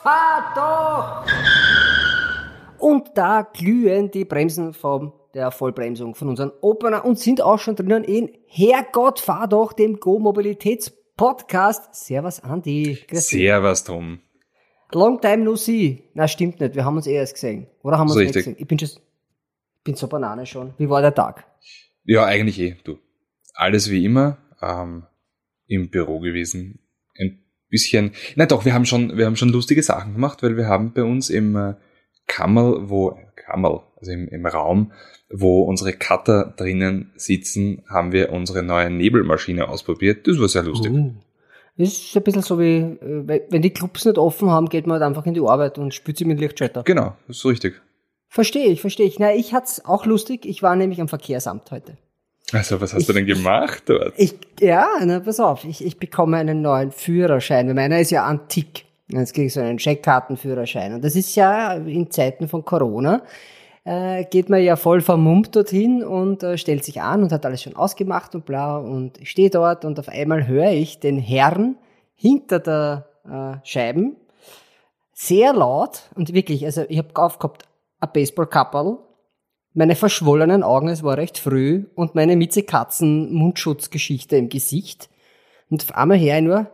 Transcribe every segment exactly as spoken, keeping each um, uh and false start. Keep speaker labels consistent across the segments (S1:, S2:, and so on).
S1: fahr doch! Und da glühen die Bremsen von der Vollbremsung von unseren Opener und sind auch schon drinnen in Herrgott, fahr doch, dem Go-Mobilitäts-Podcast. Servus, Andi.
S2: Grüß Servus, Tom.
S1: Long time no see. Na, stimmt nicht. Wir haben uns eh erst gesehen. Oder haben wir uns
S2: so
S1: nicht gesehen? Ich bin, just, ich bin so Banane schon. Wie war der Tag?
S2: Ja, eigentlich eh. Du. Alles wie immer. Ähm, im Büro gewesen. Ein bisschen. Na doch, wir haben schon, wir haben schon lustige Sachen gemacht, weil wir haben bei uns im äh, Kammerl, wo, Kammerl, also im, im Raum, wo unsere Cutter drinnen sitzen, haben wir unsere neue Nebelmaschine ausprobiert. Das war sehr lustig.
S1: Uh. Das ist ein bisschen so wie, wenn die Clubs nicht offen haben, geht man halt einfach in die Arbeit und spült sie mit Lichtschalter.
S2: Genau, das ist richtig.
S1: Verstehe ich, verstehe ich. Na, ich hatte es auch lustig. Ich war nämlich am Verkehrsamt heute.
S2: Also, was hast
S1: ich,
S2: du denn gemacht dort?
S1: Ich, ja, na, pass auf. Ich, ich bekomme einen neuen Führerschein. Meiner ist ja antik. Jetzt kriege ich so einen Scheckkartenführerschein. Und das ist ja in Zeiten von Corona, äh, geht man ja voll vermummt dorthin und äh, stellt sich an und hat alles schon ausgemacht und bla. Und ich stehe dort und auf einmal höre ich den Herrn hinter der äh, Scheiben sehr laut und wirklich, also ich habe aufgehabt, ein Baseball-Kapperl, meine verschwollenen Augen, es war recht früh, und meine Mieze-Katzen-Mundschutzgeschichte im Gesicht. Und auf einmal höre ich nur,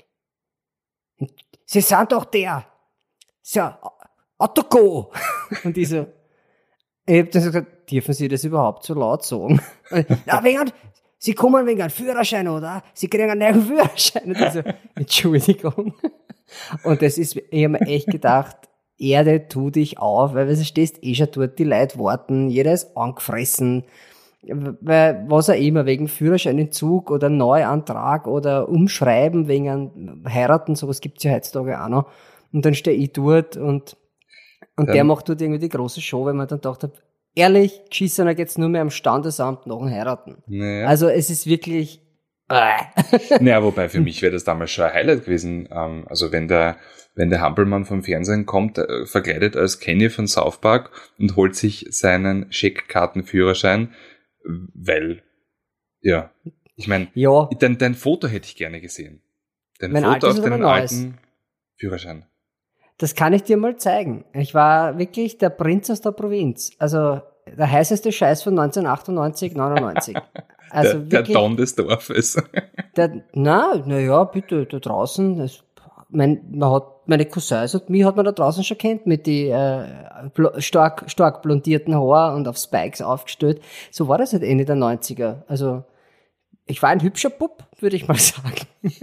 S1: Sie sind doch der, so, Autogo. Und ich so, ich hab dann so gesagt, dürfen Sie das überhaupt so laut sagen? Ja, wegen, Sie kommen wegen einem Führerschein, oder? Sie kriegen einen neuen Führerschein. Und ich so, Entschuldigung. Und das ist, ich habe mir echt gedacht, Erde, tu dich auf, weil du stehst eh schon dort, die Leute warten, jeder ist angefressen, weil was auch immer, wegen Führerscheinentzug oder Neuantrag oder Umschreiben wegen einem Heiraten, sowas gibt's ja heutzutage auch noch. Und dann stehe ich dort und und ja. Der macht dort irgendwie die große Show, weil man dann dachte, ehrlich, geschissener geht's nur mehr am Standesamt nach dem Heiraten.
S2: Naja.
S1: Also es ist wirklich äh.
S2: Naja, wobei für mich wäre das damals schon ein Highlight gewesen. Also wenn der wenn der Hampelmann vom Fernsehen kommt, äh, verkleidet als Kenny von South Park und holt sich seinen Scheckkartenführerschein, weil, ja, ich meine,
S1: ja.
S2: dein, dein Foto hätte ich gerne gesehen. Dein
S1: mein
S2: Foto
S1: Altes
S2: auf deinen
S1: Neues.
S2: alten Führerschein.
S1: Das kann ich dir mal zeigen. Ich war wirklich der Prinz aus der Provinz. Also der heißeste Scheiß von neunzehnhundertachtundneunzig, neunundneunzig. Also
S2: der,
S1: wirklich,
S2: der Don des Dorfes.
S1: Der, na, na ja, bitte, da draußen, das, mein, man hat, meine Cousins und mich hat man da draußen schon kennt mit die äh, bl- stark, stark blondierten Haaren und auf Spikes aufgestellt. So war das halt Ende der neunziger. Also ich war ein hübscher Bub, würde ich mal sagen.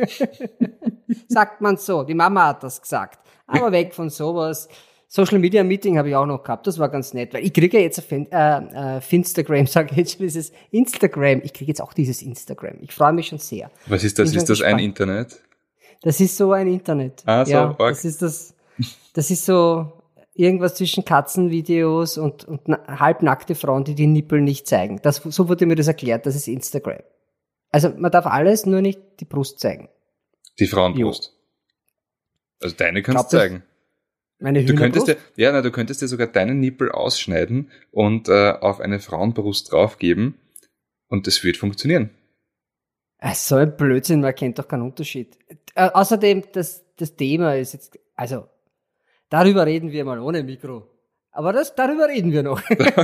S1: Sagt man so, die Mama hat das gesagt. Aber weg von sowas. Social Media Meeting habe ich auch noch gehabt, das war ganz nett, weil ich kriege ja jetzt auf fin- äh, äh, Finstagram, sage ich jetzt schon dieses Instagram, ich kriege jetzt auch dieses Instagram. Ich freue mich schon sehr.
S2: Was ist das?
S1: Bin
S2: Ist das
S1: gespannt.
S2: Ein Internet?
S1: Das ist so ein Internet.
S2: Ah, so,
S1: ja,
S2: arg.
S1: das ist das, das ist so irgendwas zwischen Katzenvideos und, und na, halbnackte Frauen, die die Nippel nicht zeigen. Das, so wurde mir das erklärt, das ist Instagram. Also man darf alles, nur nicht die Brust zeigen.
S2: Die Frauenbrust. Also deine kannst du zeigen.
S1: Meine
S2: Du könntest
S1: Hühnerbrust?
S2: dir, ja, na, du könntest dir sogar deinen Nippel ausschneiden und äh, auf eine Frauenbrust draufgeben und das wird funktionieren.
S1: Ach, so ein Blödsinn, man kennt doch keinen Unterschied. Äh, außerdem, das, das Thema ist jetzt, also, darüber reden wir mal ohne Mikro. Aber das, darüber reden wir noch.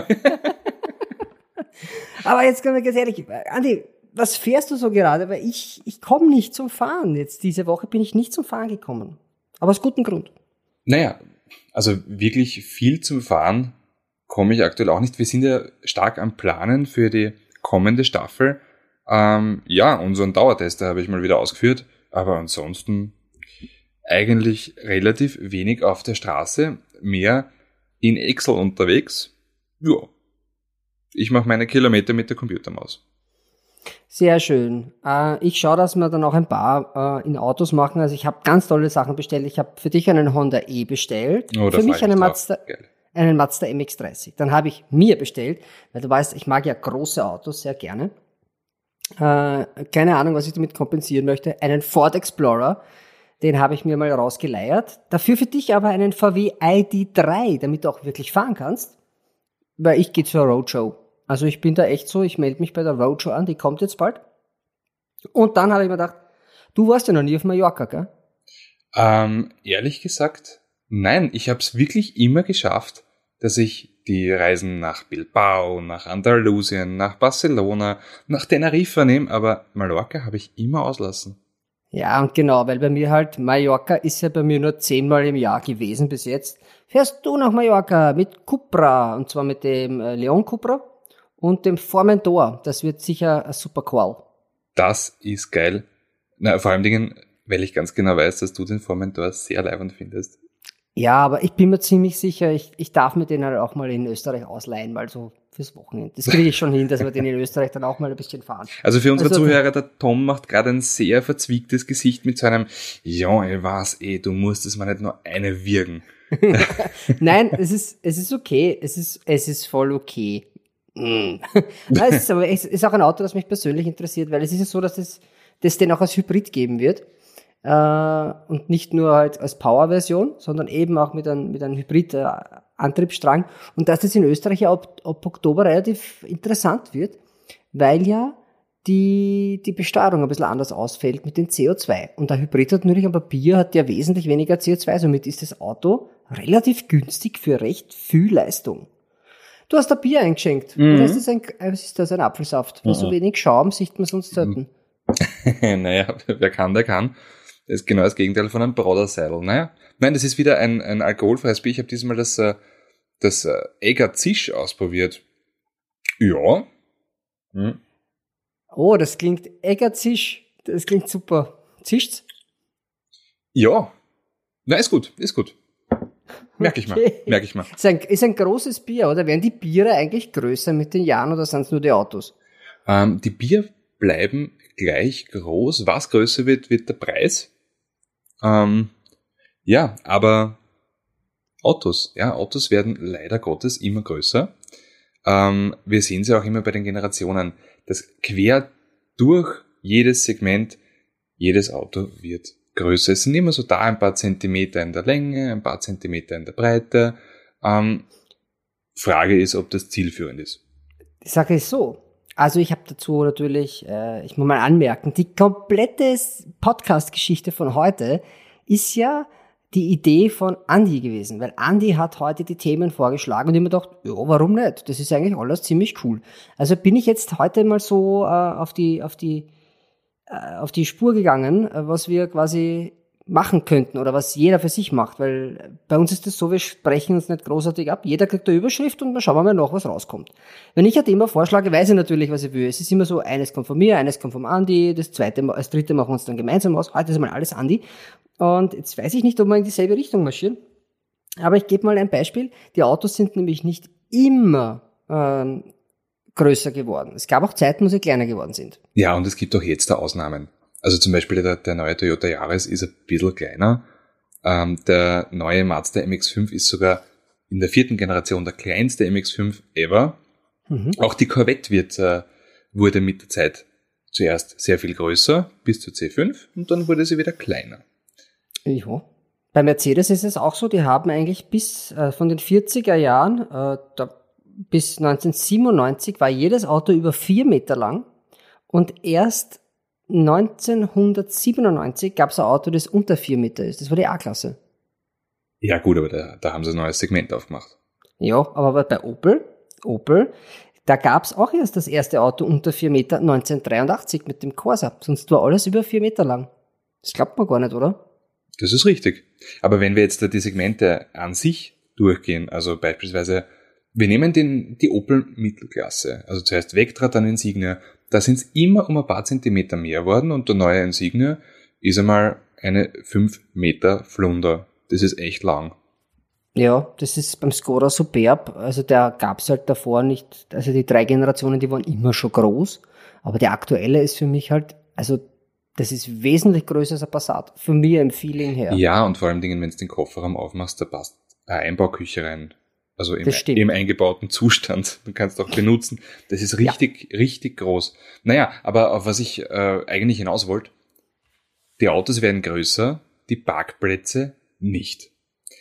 S1: Aber jetzt können wir ganz ehrlich, Andi, was fährst du so gerade? Weil ich, ich komme nicht zum Fahren. Jetzt diese Woche bin ich nicht zum Fahren gekommen. Aber aus gutem Grund.
S2: Naja, also wirklich viel zum Fahren komme ich aktuell auch nicht. Wir sind ja stark am Planen für die kommende Staffel. Ähm, ja, unseren Dauertester habe ich mal wieder ausgeführt, aber ansonsten eigentlich relativ wenig auf der Straße, mehr in Excel unterwegs. Ja, ich mache meine Kilometer mit der Computermaus.
S1: Sehr schön. Äh, ich schaue, dass wir dann auch ein paar äh, in Autos machen. Also ich habe ganz tolle Sachen bestellt. Ich habe für dich einen Honda E bestellt.
S2: Oh,
S1: für mich einen Mazda,
S2: Geil.
S1: einen Mazda M X dreißig. Dann habe ich mir bestellt, weil du weißt, ich mag ja große Autos sehr gerne. Äh, keine Ahnung, was ich damit kompensieren möchte. Einen Ford Explorer. Den habe ich mir mal rausgeleiert. Dafür für dich aber einen V W I D drei, damit du auch wirklich fahren kannst. Weil ich gehe zur Roadshow. Also ich bin da echt so, ich melde mich bei der Roadshow an, die kommt jetzt bald. Und dann habe ich mir gedacht, du warst ja noch nie auf Mallorca, gell?
S2: Ähm, ehrlich gesagt, Nein, ich habe es wirklich immer geschafft, dass ich die Reisen nach Bilbao, nach Andalusien, nach Barcelona, nach Teneriffa nehme, aber Mallorca habe ich immer auslassen.
S1: Ja, und genau, weil bei mir halt, Mallorca ist ja bei mir nur zehnmal im Jahr gewesen bis jetzt. Fährst du nach Mallorca mit Cupra, und zwar mit dem äh, Leon Cupra und dem Formentor. Das wird sicher ein super Qual.
S2: Das ist geil. Na, vor allem Dingen, weil ich ganz genau weiß, dass du den Formentor sehr leibend findest.
S1: Ja, aber ich bin mir ziemlich sicher, ich, ich darf mir den halt auch mal in Österreich ausleihen, mal so fürs Wochenende. Das kriege ich schon hin, dass wir den in Österreich dann auch mal ein bisschen fahren.
S2: Also für unsere
S1: Also,
S2: Zuhörer, der Tom macht gerade ein sehr verzwicktes Gesicht mit seinem, ja, ich weiß eh, du musst es mal nicht nur eine wirken.
S1: Nein, es ist, es ist okay, es ist, es ist voll okay. Mm. Nein, es ist aber, es ist auch ein Auto, das mich persönlich interessiert, weil es ist ja so, dass es, das den auch als Hybrid geben wird. Äh, und nicht nur halt als Power-Version, sondern eben auch mit einem, mit einem Hybrid-Antriebsstrang. Und dass das in Österreich ja ab, ab Oktober relativ interessant wird, weil ja die, die Besteuerung ein bisschen anders ausfällt mit den C O zwei. Und der Hybrid hat natürlich am Papier hat ja wesentlich weniger C O zwei, somit ist das Auto relativ günstig für recht viel Leistung. Du hast ein Bier eingeschenkt.
S2: Mhm.
S1: Oder ist das ein, was ist das, ein Apfelsaft? Weil
S2: Mhm.
S1: so wenig Schaum sieht man sonst selten.
S2: Naja, wer kann, der kann. Das ist genau das Gegenteil von einem Brauderseidel. Naja, nein, das ist wieder ein, ein alkoholfreies Bier. Ich habe diesmal das, äh, das äh, Egger Zisch ausprobiert. Ja. Hm.
S1: Oh, das klingt Egger Zisch. Das klingt super. Zischt's?
S2: Ja. Na, ist gut, ist gut. Merk ich
S1: Okay.
S2: mal, merk ich mal.
S1: Ist ein, ist ein großes Bier, oder? Werden die Biere eigentlich größer mit den Jahren oder sind es nur die Autos?
S2: Ähm, die Bier bleiben gleich groß. Was größer wird, wird der Preis. Ähm, ja, aber Autos, ja, Autos werden leider Gottes immer größer. Ähm, wir sehen es ja auch immer bei den Generationen, dass quer durch jedes Segment, jedes Auto wird größer. Es sind immer so da ein paar Zentimeter in der Länge, ein paar Zentimeter in der Breite. Ähm, Frage ist, ob das zielführend ist.
S1: Die Sache ist so. Also ich habe dazu natürlich, äh, ich muss mal anmerken, die komplette Podcast-Geschichte von heute ist ja die Idee von Andi gewesen, weil Andi hat heute die Themen vorgeschlagen und ich mir gedacht, ja, warum nicht? Das ist eigentlich alles ziemlich cool. Also bin ich jetzt heute mal so äh, auf die auf die äh, auf die Spur gegangen, äh, was wir quasi machen könnten oder was jeder für sich macht, weil bei uns ist das so, wir sprechen uns nicht großartig ab, jeder kriegt eine Überschrift und dann schauen wir mal nach, was rauskommt. Wenn ich ein Thema vorschlage, weiß ich natürlich, was ich will. Es ist immer so, eines kommt von mir, eines kommt vom Andi, das zweite, das dritte machen wir uns dann gemeinsam aus. Heute ist mal alles Andi. Und jetzt weiß ich nicht, ob wir in dieselbe Richtung marschieren, aber ich gebe mal ein Beispiel. Die Autos sind nämlich nicht immer ähm, größer geworden. Es gab auch Zeiten, wo sie kleiner geworden sind.
S2: Ja, und es gibt auch jetzt da Ausnahmen. Also zum Beispiel der, der neue Toyota Yaris ist ein bisschen kleiner. Ähm, der neue Mazda M X fünf ist sogar in der vierten Generation der kleinste M X fünf ever. Mhm. Auch die Corvette wird, äh, wurde mit der Zeit zuerst sehr viel größer, bis zur C fünf, und dann wurde sie wieder kleiner.
S1: Ja. Bei Mercedes ist es auch so, die haben eigentlich bis äh, von den vierziger Jahren äh, da, bis neunzehnhundertsiebenundneunzig war jedes Auto über vier Meter lang und erst neunzehnhundertsiebenundneunzig gab es ein Auto, das unter vier Meter ist. Das war die A-Klasse.
S2: Ja gut, aber da, da haben sie ein neues Segment aufgemacht.
S1: Ja, aber bei Opel, Opel, da gab es auch erst das erste Auto unter vier Meter neunzehnhundertdreiundachtzig mit dem Corsa. Sonst war alles über vier Meter lang. Das glaubt man gar nicht, oder?
S2: Das ist richtig. Aber wenn wir jetzt die Segmente an sich durchgehen, also beispielsweise, wir nehmen den, die Opel Mittelklasse, also zuerst Vectra, dann Insignia, da sind es immer um ein paar Zentimeter mehr geworden und der neue Insignia ist einmal eine fünf Meter Flunder. Das ist echt lang.
S1: Ja, das ist beim Skoda Superb, also der gab's halt davor nicht, also die drei Generationen, die waren immer schon groß, aber der aktuelle ist für mich halt, also das ist wesentlich größer als ein Passat, von mir im Feeling her.
S2: Ja, und vor allem Dingen, wenn du den Kofferraum aufmachst, da passt eine Einbauküche rein. Also im, im eingebauten Zustand. Du kannst auch benutzen. Das ist richtig, ja. richtig groß. Naja, aber auf was ich äh, eigentlich hinaus wollte, die Autos werden größer, die Parkplätze nicht.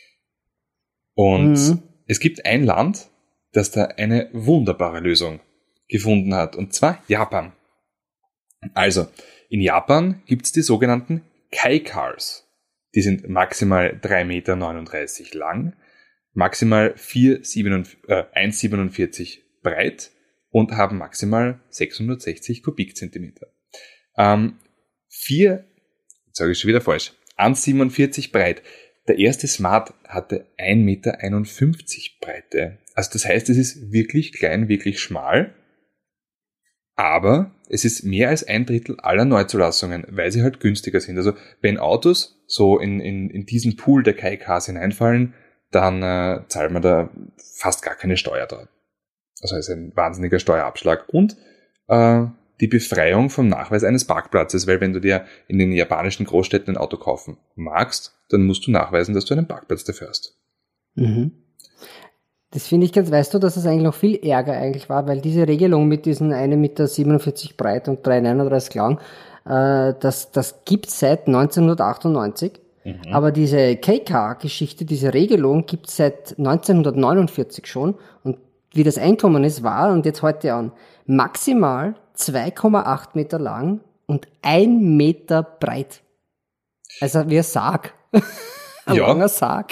S2: Und mhm. es gibt ein Land, das da eine wunderbare Lösung gefunden hat, und zwar Japan. Also, in Japan gibt's die sogenannten Kai-Cars. Die sind maximal drei Meter neununddreißig lang, maximal vier Komma eins siebenundvierzig breit und haben maximal sechshundertsechzig Kubikzentimeter. Ähm, vier, jetzt sage ich schon wieder falsch, eins Komma siebenundvierzig breit. Der erste Smart hatte ein Meter einundfünfzig Breite. Also das heißt, es ist wirklich klein, wirklich schmal, aber es ist mehr als ein Drittel aller Neuzulassungen, weil sie halt günstiger sind. Also wenn Autos so in, in, in diesen Pool der K I Ks hineinfallen, dann äh, zahlt man da fast gar keine Steuer drauf. Also es ist ein wahnsinniger Steuerabschlag. Und äh, die Befreiung vom Nachweis eines Parkplatzes, weil wenn du dir in den japanischen Großstädten ein Auto kaufen magst, dann musst du nachweisen, dass du einen Parkplatz dafür hast.
S1: Mhm. Das finde ich ganz, weißt du, dass es eigentlich noch viel ärger eigentlich war, weil diese Regelung mit diesen ein Meter siebenundvierzig breit und drei Meter neununddreißig lang, äh, das, das gibt's seit neunzehnhundertachtundneunzig. Mhm. Aber diese K K-Geschichte, diese Regelung gibt's seit neunzehnhundertneunundvierzig schon. Und wie das Einkommen ist, war, und jetzt heute an, maximal zwei Komma acht Meter lang und ein Meter breit. Also wie ein Sarg. Ein
S2: ja.
S1: langer Sarg.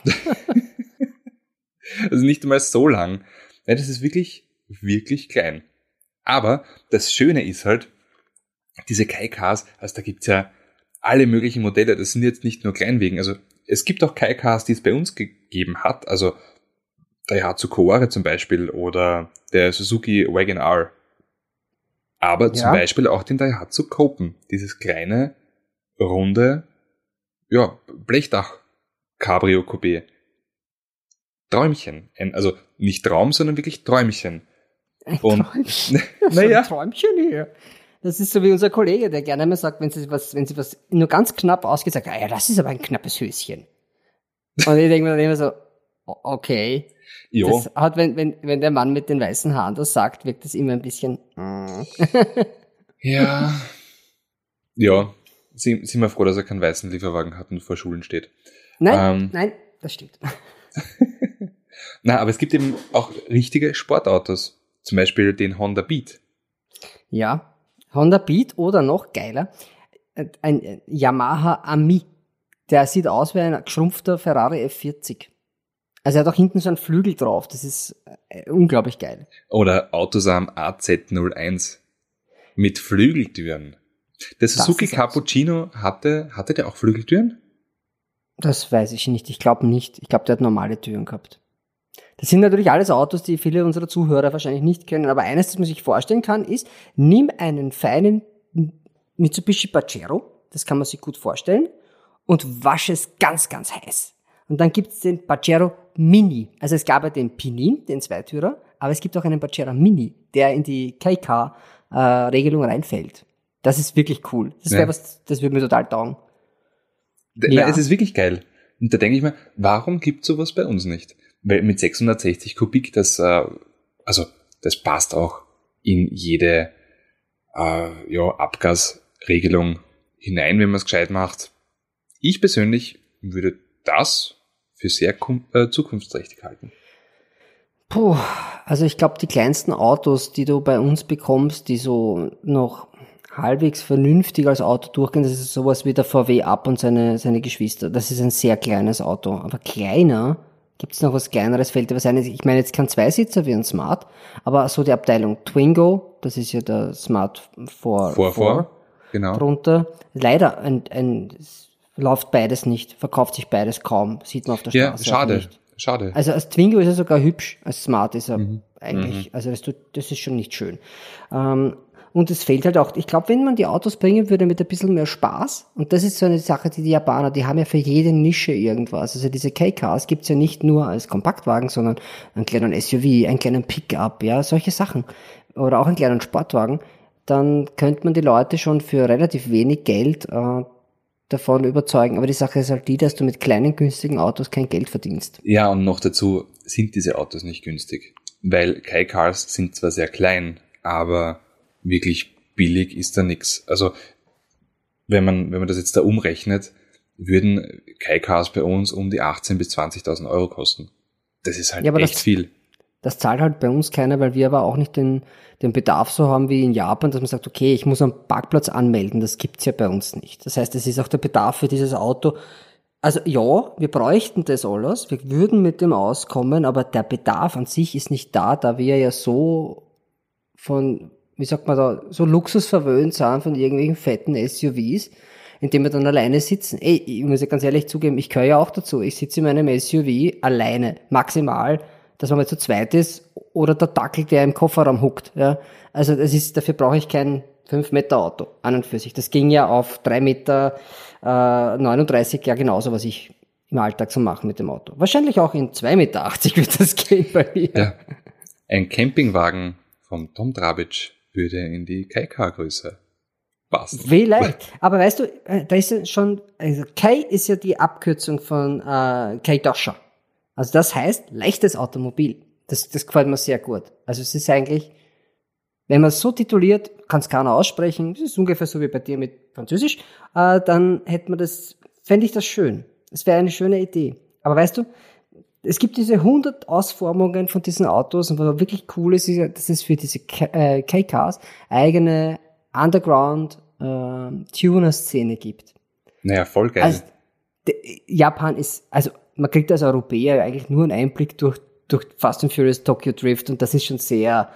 S2: Also nicht einmal so lang. Ja, das ist wirklich, wirklich klein. Aber das Schöne ist halt, diese K I Ks, also da gibt's ja alle möglichen Modelle, das sind jetzt nicht nur Kleinwegen. Also es gibt auch K I Ks, die es bei uns gegeben hat, also der Daihatsu Coare zum Beispiel oder der Suzuki Wagon R. Aber ja. Zum Beispiel auch den Daihatsu Copen, dieses kleine, runde, ja, Blechdach-Cabrio-Coupé. Träumchen. Also nicht Traum, sondern wirklich Träumchen.
S1: Ein
S2: und,
S1: Träumchen? Naja. Ein Träumchen hier. Das ist so wie unser Kollege, der gerne immer sagt, wenn sie was, wenn sie was nur ganz knapp ausgesagt, ah ja, das ist aber ein knappes Höschen. Und ich denke mir dann immer so, okay.
S2: Jo.
S1: Das hat, wenn, wenn, wenn der Mann mit den weißen Haaren das sagt, wirkt das immer ein bisschen,
S2: ja. Ja. Sind wir froh, dass er keinen weißen Lieferwagen hat und vor Schulen steht.
S1: Nein, ähm, nein, das stimmt.
S2: Na, aber es gibt eben auch richtige Sportautos. Zum Beispiel den Honda Beat.
S1: Ja, Honda Beat oder noch geiler, ein Yamaha Ami. Der sieht aus wie ein geschrumpfter Ferrari F vierzig. Also er hat auch hinten so einen Flügel drauf. Das ist unglaublich geil.
S2: Oder Autosam A Z null eins mit Flügeltüren. Der Suzuki Cappuccino hatte, hatte der auch Flügeltüren?
S1: Das weiß ich nicht. Ich glaube nicht. Ich glaube, der hat normale Türen gehabt. Das sind natürlich alles Autos, die viele unserer Zuhörer wahrscheinlich nicht kennen. Aber eines, das man sich vorstellen kann, ist, nimm einen feinen Mitsubishi Pajero, das kann man sich gut vorstellen, und wasche es ganz, ganz heiß. Und dann gibt es den Pajero Mini. Also es gab ja den Pinin, den Zweitürer, aber es gibt auch einen Pajero Mini, der in die K I K-Regelung äh, reinfällt. Das ist wirklich cool. Das wäre ja. was, das würde mir total taugen.
S2: Ja. Na, es ist wirklich geil. Und da denke ich mir, warum gibt's sowas bei uns nicht? Weil mit sechshundertsechzig Kubik, das, äh, also, das passt auch in jede, äh, ja, Abgasregelung hinein, wenn man es gescheit macht. Ich persönlich würde das für sehr kum- äh, zukunftsträchtig halten.
S1: Puh, also ich glaube, die kleinsten Autos, die du bei uns bekommst, die so noch halbwegs vernünftig als Auto durchgehen, das ist sowas wie der V W Up und seine, seine Geschwister. Das ist ein sehr kleines Auto. Aber kleiner, gibt's noch was Kleineres, fällt dir was ein? Ich meine jetzt kein Zweisitzer wie ein Smart, aber so die Abteilung Twingo, das ist ja der Smart vier,
S2: vier, genau.
S1: Drunter. Leider ein, ein, läuft beides nicht, verkauft sich beides kaum, sieht man auf der Straße.
S2: Ja, schade,
S1: nicht.
S2: schade.
S1: Also als Twingo ist er sogar hübsch, als Smart ist er
S2: mhm.
S1: eigentlich,
S2: mhm.
S1: also das, tut, das ist schon nicht schön. Ähm, Und es fehlt halt auch, ich glaube, wenn man die Autos bringen würde mit ein bisschen mehr Spaß, und das ist so eine Sache, die die Japaner, die haben ja für jede Nische irgendwas. Also diese K Ks gibt's ja nicht nur als Kompaktwagen, sondern einen kleinen S U V, einen kleinen Pickup, ja, solche Sachen. Oder auch einen kleinen Sportwagen. Dann könnte man die Leute schon für relativ wenig Geld äh, davon überzeugen. Aber die Sache ist halt die, dass du mit kleinen, günstigen Autos kein Geld verdienst.
S2: Ja, und noch dazu sind diese Autos nicht günstig. Weil K Ks sind zwar sehr klein, aber wirklich billig ist da nix. Also wenn man wenn man das jetzt da umrechnet, würden K Ks bei uns um die achtzehntausend bis zwanzigtausend Euro kosten. Das ist halt ja, echt das, viel.
S1: Das zahlt halt bei uns keiner, weil wir aber auch nicht den den Bedarf so haben wie in Japan, dass man sagt, okay, ich muss einen Parkplatz anmelden. Das gibt's ja bei uns nicht. Das heißt, es ist auch der Bedarf für dieses Auto Also ja, wir bräuchten das alles, wir würden mit dem auskommen, aber der Bedarf an sich ist nicht da, da wir ja so von, wie sagt man da, so luxusverwöhnt sind von irgendwelchen fetten S U Vs, in dem wir dann alleine sitzen. Ey, ich muss ja ganz ehrlich zugeben, ich gehöre ja auch dazu, ich sitze in meinem S U V alleine, maximal, dass man mal zu zweit ist oder der Dackel, der im Kofferraum huckt. Ja. Also das ist, dafür brauche ich kein fünf Meter Auto an und für sich. Das ging ja auf drei Meter neununddreißig, ja genauso, was ich im Alltag so mache mit dem Auto. Wahrscheinlich auch in zwei Meter achtzig wird das gehen bei mir.
S2: Ja. Ein Campingwagen vom Tom Drabic würde in die K K-Größe passen.
S1: Vielleicht. Aber weißt du, da ist ja schon, also K ist ja die Abkürzung von äh, K-Dosha. Also das heißt leichtes Automobil. Das, das gefällt mir sehr gut. Also es ist eigentlich, wenn man es so tituliert, kann es keiner aussprechen, das ist ungefähr so wie bei dir mit Französisch, äh, dann hätte man das, fände ich das schön. Das wäre eine schöne Idee. Aber weißt du, es gibt diese hundert Ausformungen von diesen Autos und was wirklich cool ist, ist, dass es für diese K-Cars eigene Underground-Tuner-Szene gibt.
S2: Naja, voll geil.
S1: Also, Japan ist, also man kriegt als Europäer eigentlich nur einen Einblick durch, durch Fast and Furious Tokyo Drift und das ist schon sehr,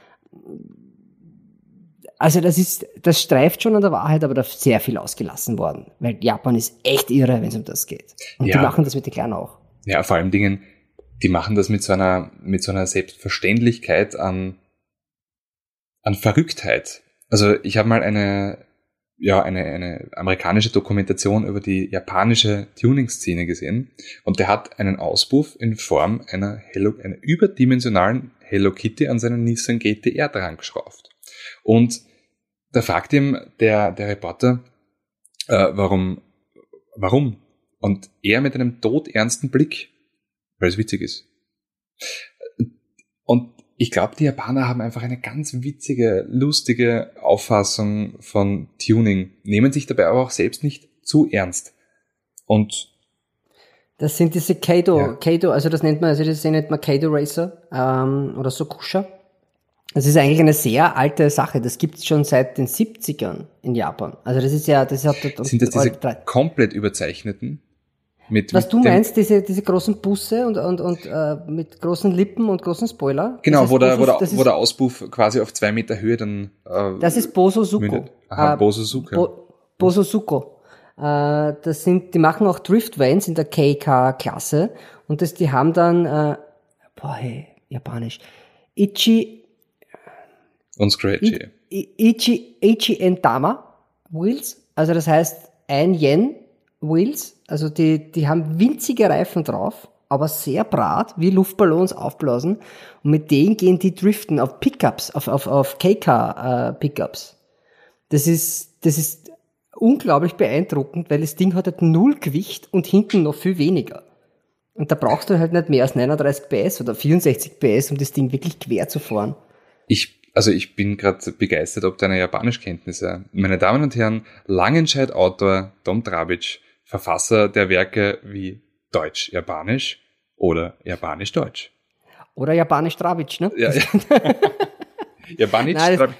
S1: also das ist, das streift schon an der Wahrheit, aber da ist sehr viel ausgelassen worden, weil Japan ist echt irre, wenn es um das geht. Und
S2: ja.
S1: Die machen das mit den Kleinen auch.
S2: Ja, vor allem Dingen, die machen das mit so einer, mit so einer Selbstverständlichkeit an, an Verrücktheit. Also ich habe mal eine, ja, eine, eine amerikanische Dokumentation über die japanische Tuning-Szene gesehen und der hat einen Auspuff in Form einer Hello, einer überdimensionalen Hello Kitty an seinen Nissan G T R dran geschraubt. Und da fragt ihm der, der Reporter, äh, warum, warum? Und er mit einem todernsten Blick, weil es witzig ist. Und ich glaube, die Japaner haben einfach eine ganz witzige, lustige Auffassung von Tuning, nehmen sich dabei aber auch selbst nicht zu ernst. Und
S1: das sind diese Keido,
S2: ja.
S1: Keido, also das nennt man, also das nennt man Keido Racer ähm, oder Sokusha. Das ist eigentlich eine sehr alte Sache. Das gibt's schon seit den siebzigern in Japan. Also das ist ja, das hat dort.
S2: Sind das diese komplett überzeichneten? Mit,
S1: Was
S2: mit
S1: du meinst, diese diese großen Busse und und und äh, mit großen Lippen und großen Spoiler?
S2: Genau, wo der,
S1: Boso,
S2: wo der,
S1: ist,
S2: wo der Auspuff quasi auf zwei Meter Höhe dann. Äh,
S1: das ist Bosozuko.
S2: Mündet. Aha,
S1: äh,
S2: Bosozuko.
S1: Bo, Bosozuko. Äh, das sind, die machen auch Drift-Vans in der K K-Klasse und das, die haben dann, äh, boah, hey, Japanisch, Ichi.
S2: Und Scratchy.
S1: Ichi, Ichi Entama Wheels, also das heißt ein Yen Wheels, also die, die haben winzige Reifen drauf, aber sehr brat, wie Luftballons aufblasen und mit denen gehen die driften auf Pickups, auf, auf, auf K K äh, Pickups. Das ist, das ist unglaublich beeindruckend, weil das Ding hat halt null Gewicht und hinten noch viel weniger. Und da brauchst du halt nicht mehr als neununddreißig P S oder vierundsechzig P S, um das Ding wirklich quer zu fahren.
S2: Ich Also ich bin gerade begeistert ob deiner Japanischkenntnisse. Meine Damen und Herren, Langenscheidt-Autor Tom Drabic, Verfasser der Werke wie Deutsch-Japanisch oder Japanisch-Deutsch.
S1: Oder Japanisch-Drabic, ne?
S2: Ja, ja. Japanisch-Drabic.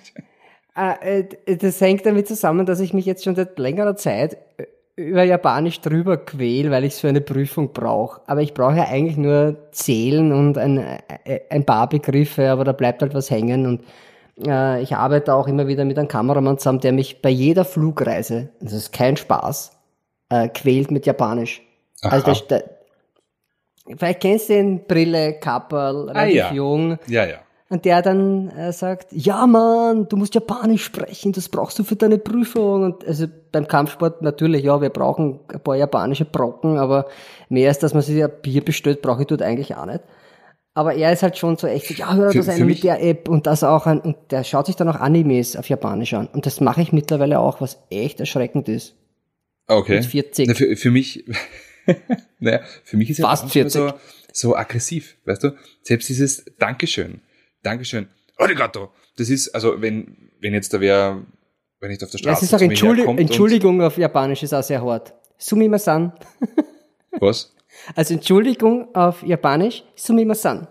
S1: Äh, das hängt damit zusammen, dass ich mich jetzt schon seit längerer Zeit über Japanisch drüber quäl, weil ich so eine Prüfung brauche. Aber ich brauche ja eigentlich nur zählen und ein, ein paar Begriffe, aber da bleibt halt was hängen. Und äh, ich arbeite auch immer wieder mit einem Kameramann zusammen, der mich bei jeder Flugreise, das ist kein Spaß, äh, quält mit Japanisch.
S2: Aha.
S1: Also der, der, vielleicht kennst du den Brille, Kapperl, relativ
S2: ah, ja.
S1: jung.
S2: Ja, ja.
S1: Und der dann äh, sagt, ja Mann, du musst Japanisch sprechen, das brauchst du für deine Prüfung. Und also beim Kampfsport natürlich, ja, wir brauchen ein paar japanische Brocken, aber mehr als, dass man sich ein Bier bestellt, brauche ich dort eigentlich auch nicht. Aber er ist halt schon so echt, ja, hör das eine mit der App und das auch an. Und der schaut sich dann auch Animes auf Japanisch an. Und das mache ich mittlerweile auch, was echt erschreckend ist.
S2: Okay.
S1: Mit vierzig.
S2: Na, für, für mich, naja, für mich ist ja
S1: fast vierzig.
S2: So, so aggressiv, weißt du? Selbst dieses Dankeschön. Dankeschön. Arigato. Das ist, also wenn, wenn jetzt da wer, wenn ich auf der Straße.
S1: Das ist auch Entschuldi- Entschuldigung auf Japanisch ist auch sehr hart. Sumimasan.
S2: Was?
S1: Also Entschuldigung auf Japanisch, Sumimasan.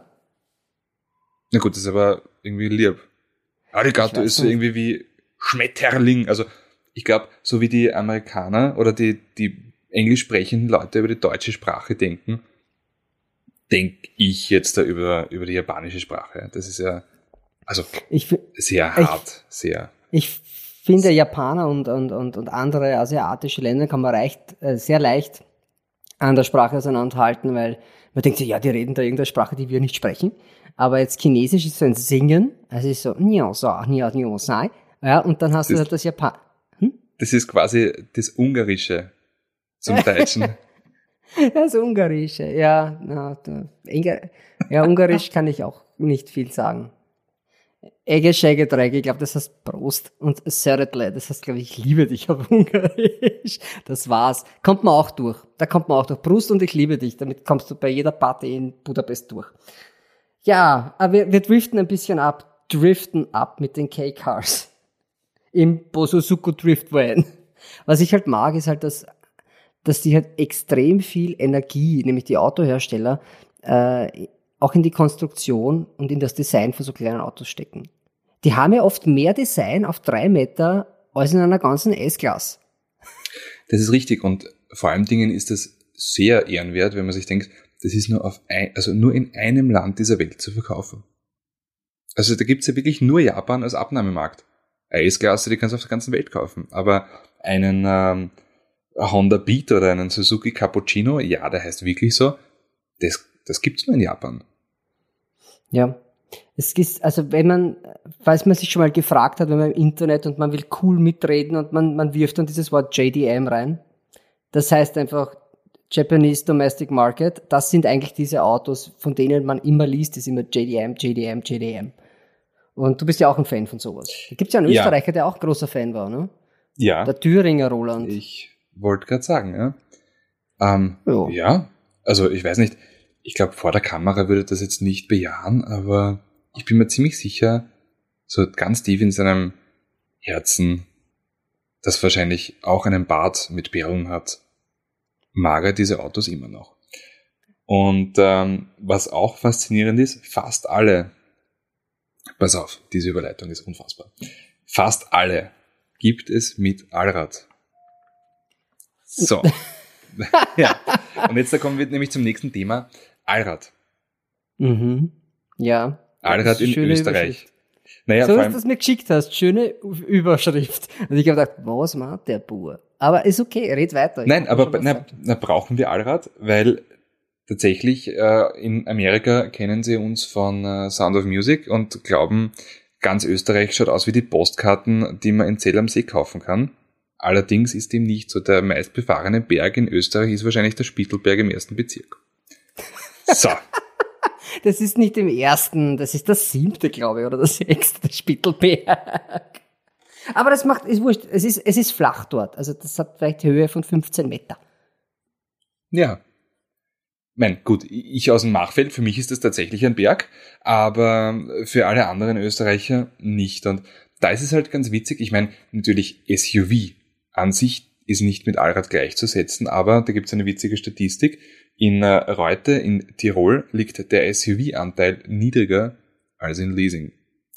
S2: Na gut, das ist aber irgendwie lieb. Arigato ist so irgendwie wie Schmetterling. Also ich glaube, so wie die Amerikaner oder die, die englisch sprechenden Leute über die deutsche Sprache denken, denke ich jetzt da über, über die japanische Sprache. Das ist ja also
S1: ich,
S2: sehr hart, ich, sehr.
S1: Ich finde, Japaner und, und, und, und andere asiatische Länder kann man recht, äh, sehr leicht an der Sprache auseinanderhalten, weil man denkt sich, ja, die reden da irgendeine Sprache, die wir nicht sprechen. Aber jetzt Chinesisch ist so ein Singen, also ist so, niao sa, niao niao sai. Ja, und dann hast das, du halt das Japan. Hm?
S2: Das ist quasi das Ungarische zum Deutschen.
S1: Das Ungarische, ja. Na, da, ja, Ungarisch kann ich auch nicht viel sagen. Egge, Schegge, Dregge, ich glaube, das heißt Prost. Und Söretle, das heißt, glaube ich, ich liebe dich auf Ungarisch. Das war's. Kommt man auch durch. Da kommt man auch durch. Prost und ich liebe dich. Damit kommst du bei jeder Party in Budapest durch. Ja, aber wir, wir driften ein bisschen ab. Driften ab mit den K-Cars. Im Bososuku Driftwan. Was ich halt mag, ist halt, dass, dass die halt extrem viel Energie, nämlich die Autohersteller, äh, auch in die Konstruktion und in das Design von so kleinen Autos stecken. Die haben ja oft mehr Design auf drei Meter als in einer ganzen S-Klasse.
S2: Das ist richtig und vor allen Dingen ist das sehr ehrenwert, wenn man sich denkt, das ist nur auf ein, also nur in einem Land dieser Welt zu verkaufen. Also da gibt's ja wirklich nur Japan als Abnahmemarkt. Eine S-Klasse, die kannst du auf der ganzen Welt kaufen. Aber einen ähm, Honda Beat oder einen Suzuki Cappuccino, ja, der heißt wirklich so, das, das gibt's nur in Japan.
S1: Ja, es ist, also wenn man, falls man sich schon mal gefragt hat, wenn man im Internet und man will cool mitreden und man, man wirft dann dieses Wort J D M rein, das heißt einfach Japanese Domestic Market, das sind eigentlich diese Autos, von denen man immer liest, ist immer J D M, J D M, J D M. Und du bist ja auch ein Fan von sowas. Da gibt's ja einen Österreicher, ja, der auch großer Fan war, ne?
S2: Ja.
S1: Der Thüringer Roland.
S2: Ich wollte gerade sagen, ja. Ähm, ja, also ich weiß nicht, ich glaube, vor der Kamera würde das jetzt nicht bejahen, aber ich bin mir ziemlich sicher, so ganz tief in seinem Herzen, das wahrscheinlich auch einen Bart mit Perlen hat, mag er diese Autos immer noch. Und ähm, was auch faszinierend ist, fast alle, pass auf, diese Überleitung ist unfassbar, fast alle gibt es mit Allrad. So. Ja. Und jetzt da kommen wir nämlich zum nächsten Thema. Allrad.
S1: Mhm. Ja.
S2: Allrad in Österreich. Naja,
S1: so, dass du es mir geschickt hast. Schöne Überschrift. Und ich habe gedacht, was macht der Bur? Aber ist okay, red weiter.
S2: Nein, aber na, na, brauchen wir Allrad, weil tatsächlich äh, in Amerika kennen sie uns von äh, Sound of Music und glauben, ganz Österreich schaut aus wie die Postkarten, die man in Zell am See kaufen kann. Allerdings ist dem nicht so. Der meistbefahrene Berg in Österreich ist wahrscheinlich der Spittelberg im ersten Bezirk. So.
S1: Das ist nicht im ersten, das ist das siebte, glaube ich, oder das sechste, der Spittelberg. Aber das macht, ist wurscht, es ist, es ist flach dort. Also das hat vielleicht Höhe von fünfzehn Meter.
S2: Ja. Mein, gut, ich aus dem Machfeld, für mich ist das tatsächlich ein Berg, aber für alle anderen Österreicher nicht. Und da ist es halt ganz witzig, ich meine, natürlich S U V an sich ist nicht mit Allrad gleichzusetzen, aber da gibt es eine witzige Statistik. In äh, Reute in Tirol liegt der S U V-Anteil niedriger als in Leasing.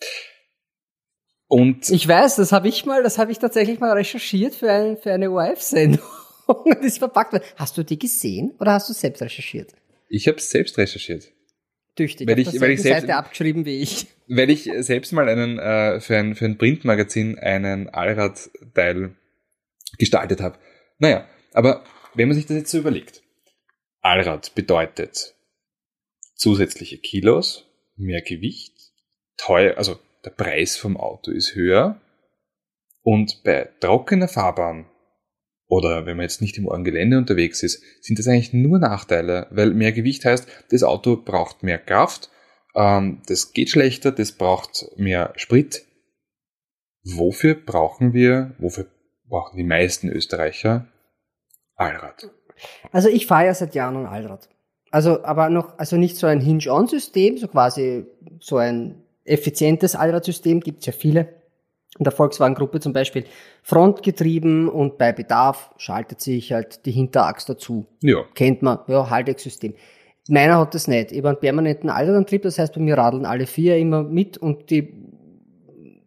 S2: Und
S1: ich weiß, das habe ich mal, das habe ich tatsächlich mal recherchiert für, ein, für eine O R F-Sendung. Das ist verpackt. Hast du die gesehen oder hast du selbst recherchiert?
S2: Ich habe selbst recherchiert.
S1: Tüchtig.
S2: Weil ich, weil ich selbst,
S1: Seite abgeschrieben wie ich.
S2: Weil ich selbst mal einen äh, für ein für ein Printmagazin einen Allradteil gestaltet habe. Naja, aber wenn man sich das jetzt so überlegt, Allrad bedeutet zusätzliche Kilos, mehr Gewicht, teuer, also der Preis vom Auto ist höher und bei trockener Fahrbahn oder wenn man jetzt nicht im Gelände unterwegs ist, sind das eigentlich nur Nachteile, weil mehr Gewicht heißt, das Auto braucht mehr Kraft, ähm, das geht schlechter, das braucht mehr Sprit. Wofür brauchen wir, wofür brauchen die meisten Österreicher Allrad?
S1: Also ich fahre ja seit Jahren ein Allrad. Also aber noch, also nicht so ein Hinge-on-System, so quasi so ein effizientes Allradsystem, gibt's ja viele. In der Volkswagen-Gruppe zum Beispiel frontgetrieben und bei Bedarf schaltet sich halt die Hinterachse dazu.
S2: Ja.
S1: Kennt man, ja, Haldex-System. Meiner hat das nicht. Ich habe einen permanenten Allradantrieb, das heißt, bei mir radeln alle vier immer mit und die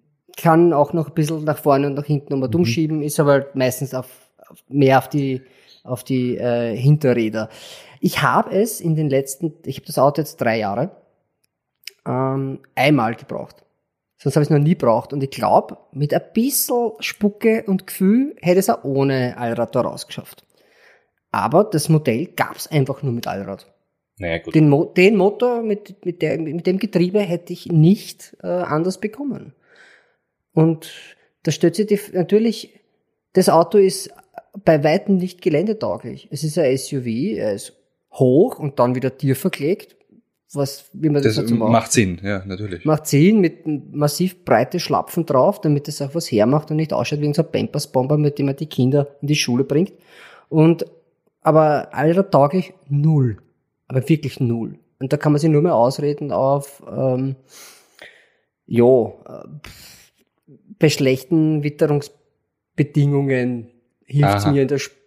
S1: kann auch noch ein bisschen nach vorne und nach hinten nochmal dumm schieben, ist aber meistens auf, auf mehr auf die auf die äh, Hinterräder. Ich habe es in den letzten, ich habe das Auto jetzt drei Jahre, ähm, einmal gebraucht. Sonst habe ich es noch nie gebraucht. Und ich glaube, mit ein bisschen Spucke und Gefühl hätte es auch ohne Allrad da rausgeschafft. Aber das Modell gab es einfach nur mit Allrad.
S2: Naja, gut.
S1: Den, Mo- den Motor mit, mit, der, mit dem Getriebe hätte ich nicht äh, anders bekommen. Und da stellt sich die, natürlich, das Auto ist bei weitem nicht geländetauglich. Es ist ein S U V, er ist hoch und dann wieder tiefer gelegt. Was, wie man das,
S2: Das
S1: dazu macht.
S2: macht Sinn, ja, natürlich.
S1: Macht Sinn, mit massiv breite Schlapfen drauf, damit es auch was hermacht und nicht ausschaut wie so ein Pampers-Bomber, mit dem man die Kinder in die Schule bringt. Und, aber allradtauglich null. Aber wirklich null. Und da kann man sich nur mehr ausreden auf, ähm, ja, äh, bei schlechten Witterungsbedingungen hilft's
S2: Aha.
S1: mir in der Sp-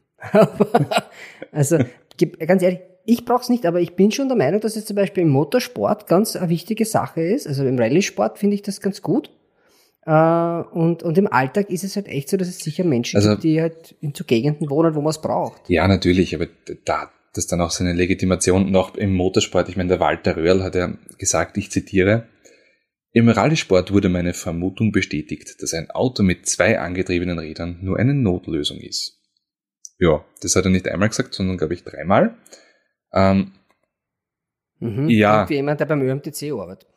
S1: Also, gib- ganz ehrlich, ich brauch's nicht, aber ich bin schon der Meinung, dass es zum Beispiel im Motorsport ganz eine wichtige Sache ist. Also im Rallye-Sport finde ich das ganz gut. Äh, und, und im Alltag ist es halt echt so, dass es sicher Menschen
S2: Also-
S1: gibt, die halt in so Gegenden wohnen, wo man es braucht.
S2: Ja, natürlich, aber da hat das dann auch seine Legitimation noch im Motorsport. Ich meine, der Walter Röhrl hat ja gesagt, ich zitiere, im Rallye-Sport wurde meine Vermutung bestätigt, dass ein Auto mit zwei angetriebenen Rädern nur eine Notlösung ist. Ja, das hat er nicht einmal gesagt, sondern, glaube ich, dreimal. Ähm,
S1: Mhm.
S2: Ja.
S1: Und wie jemand, der beim Ö M T C arbeitet.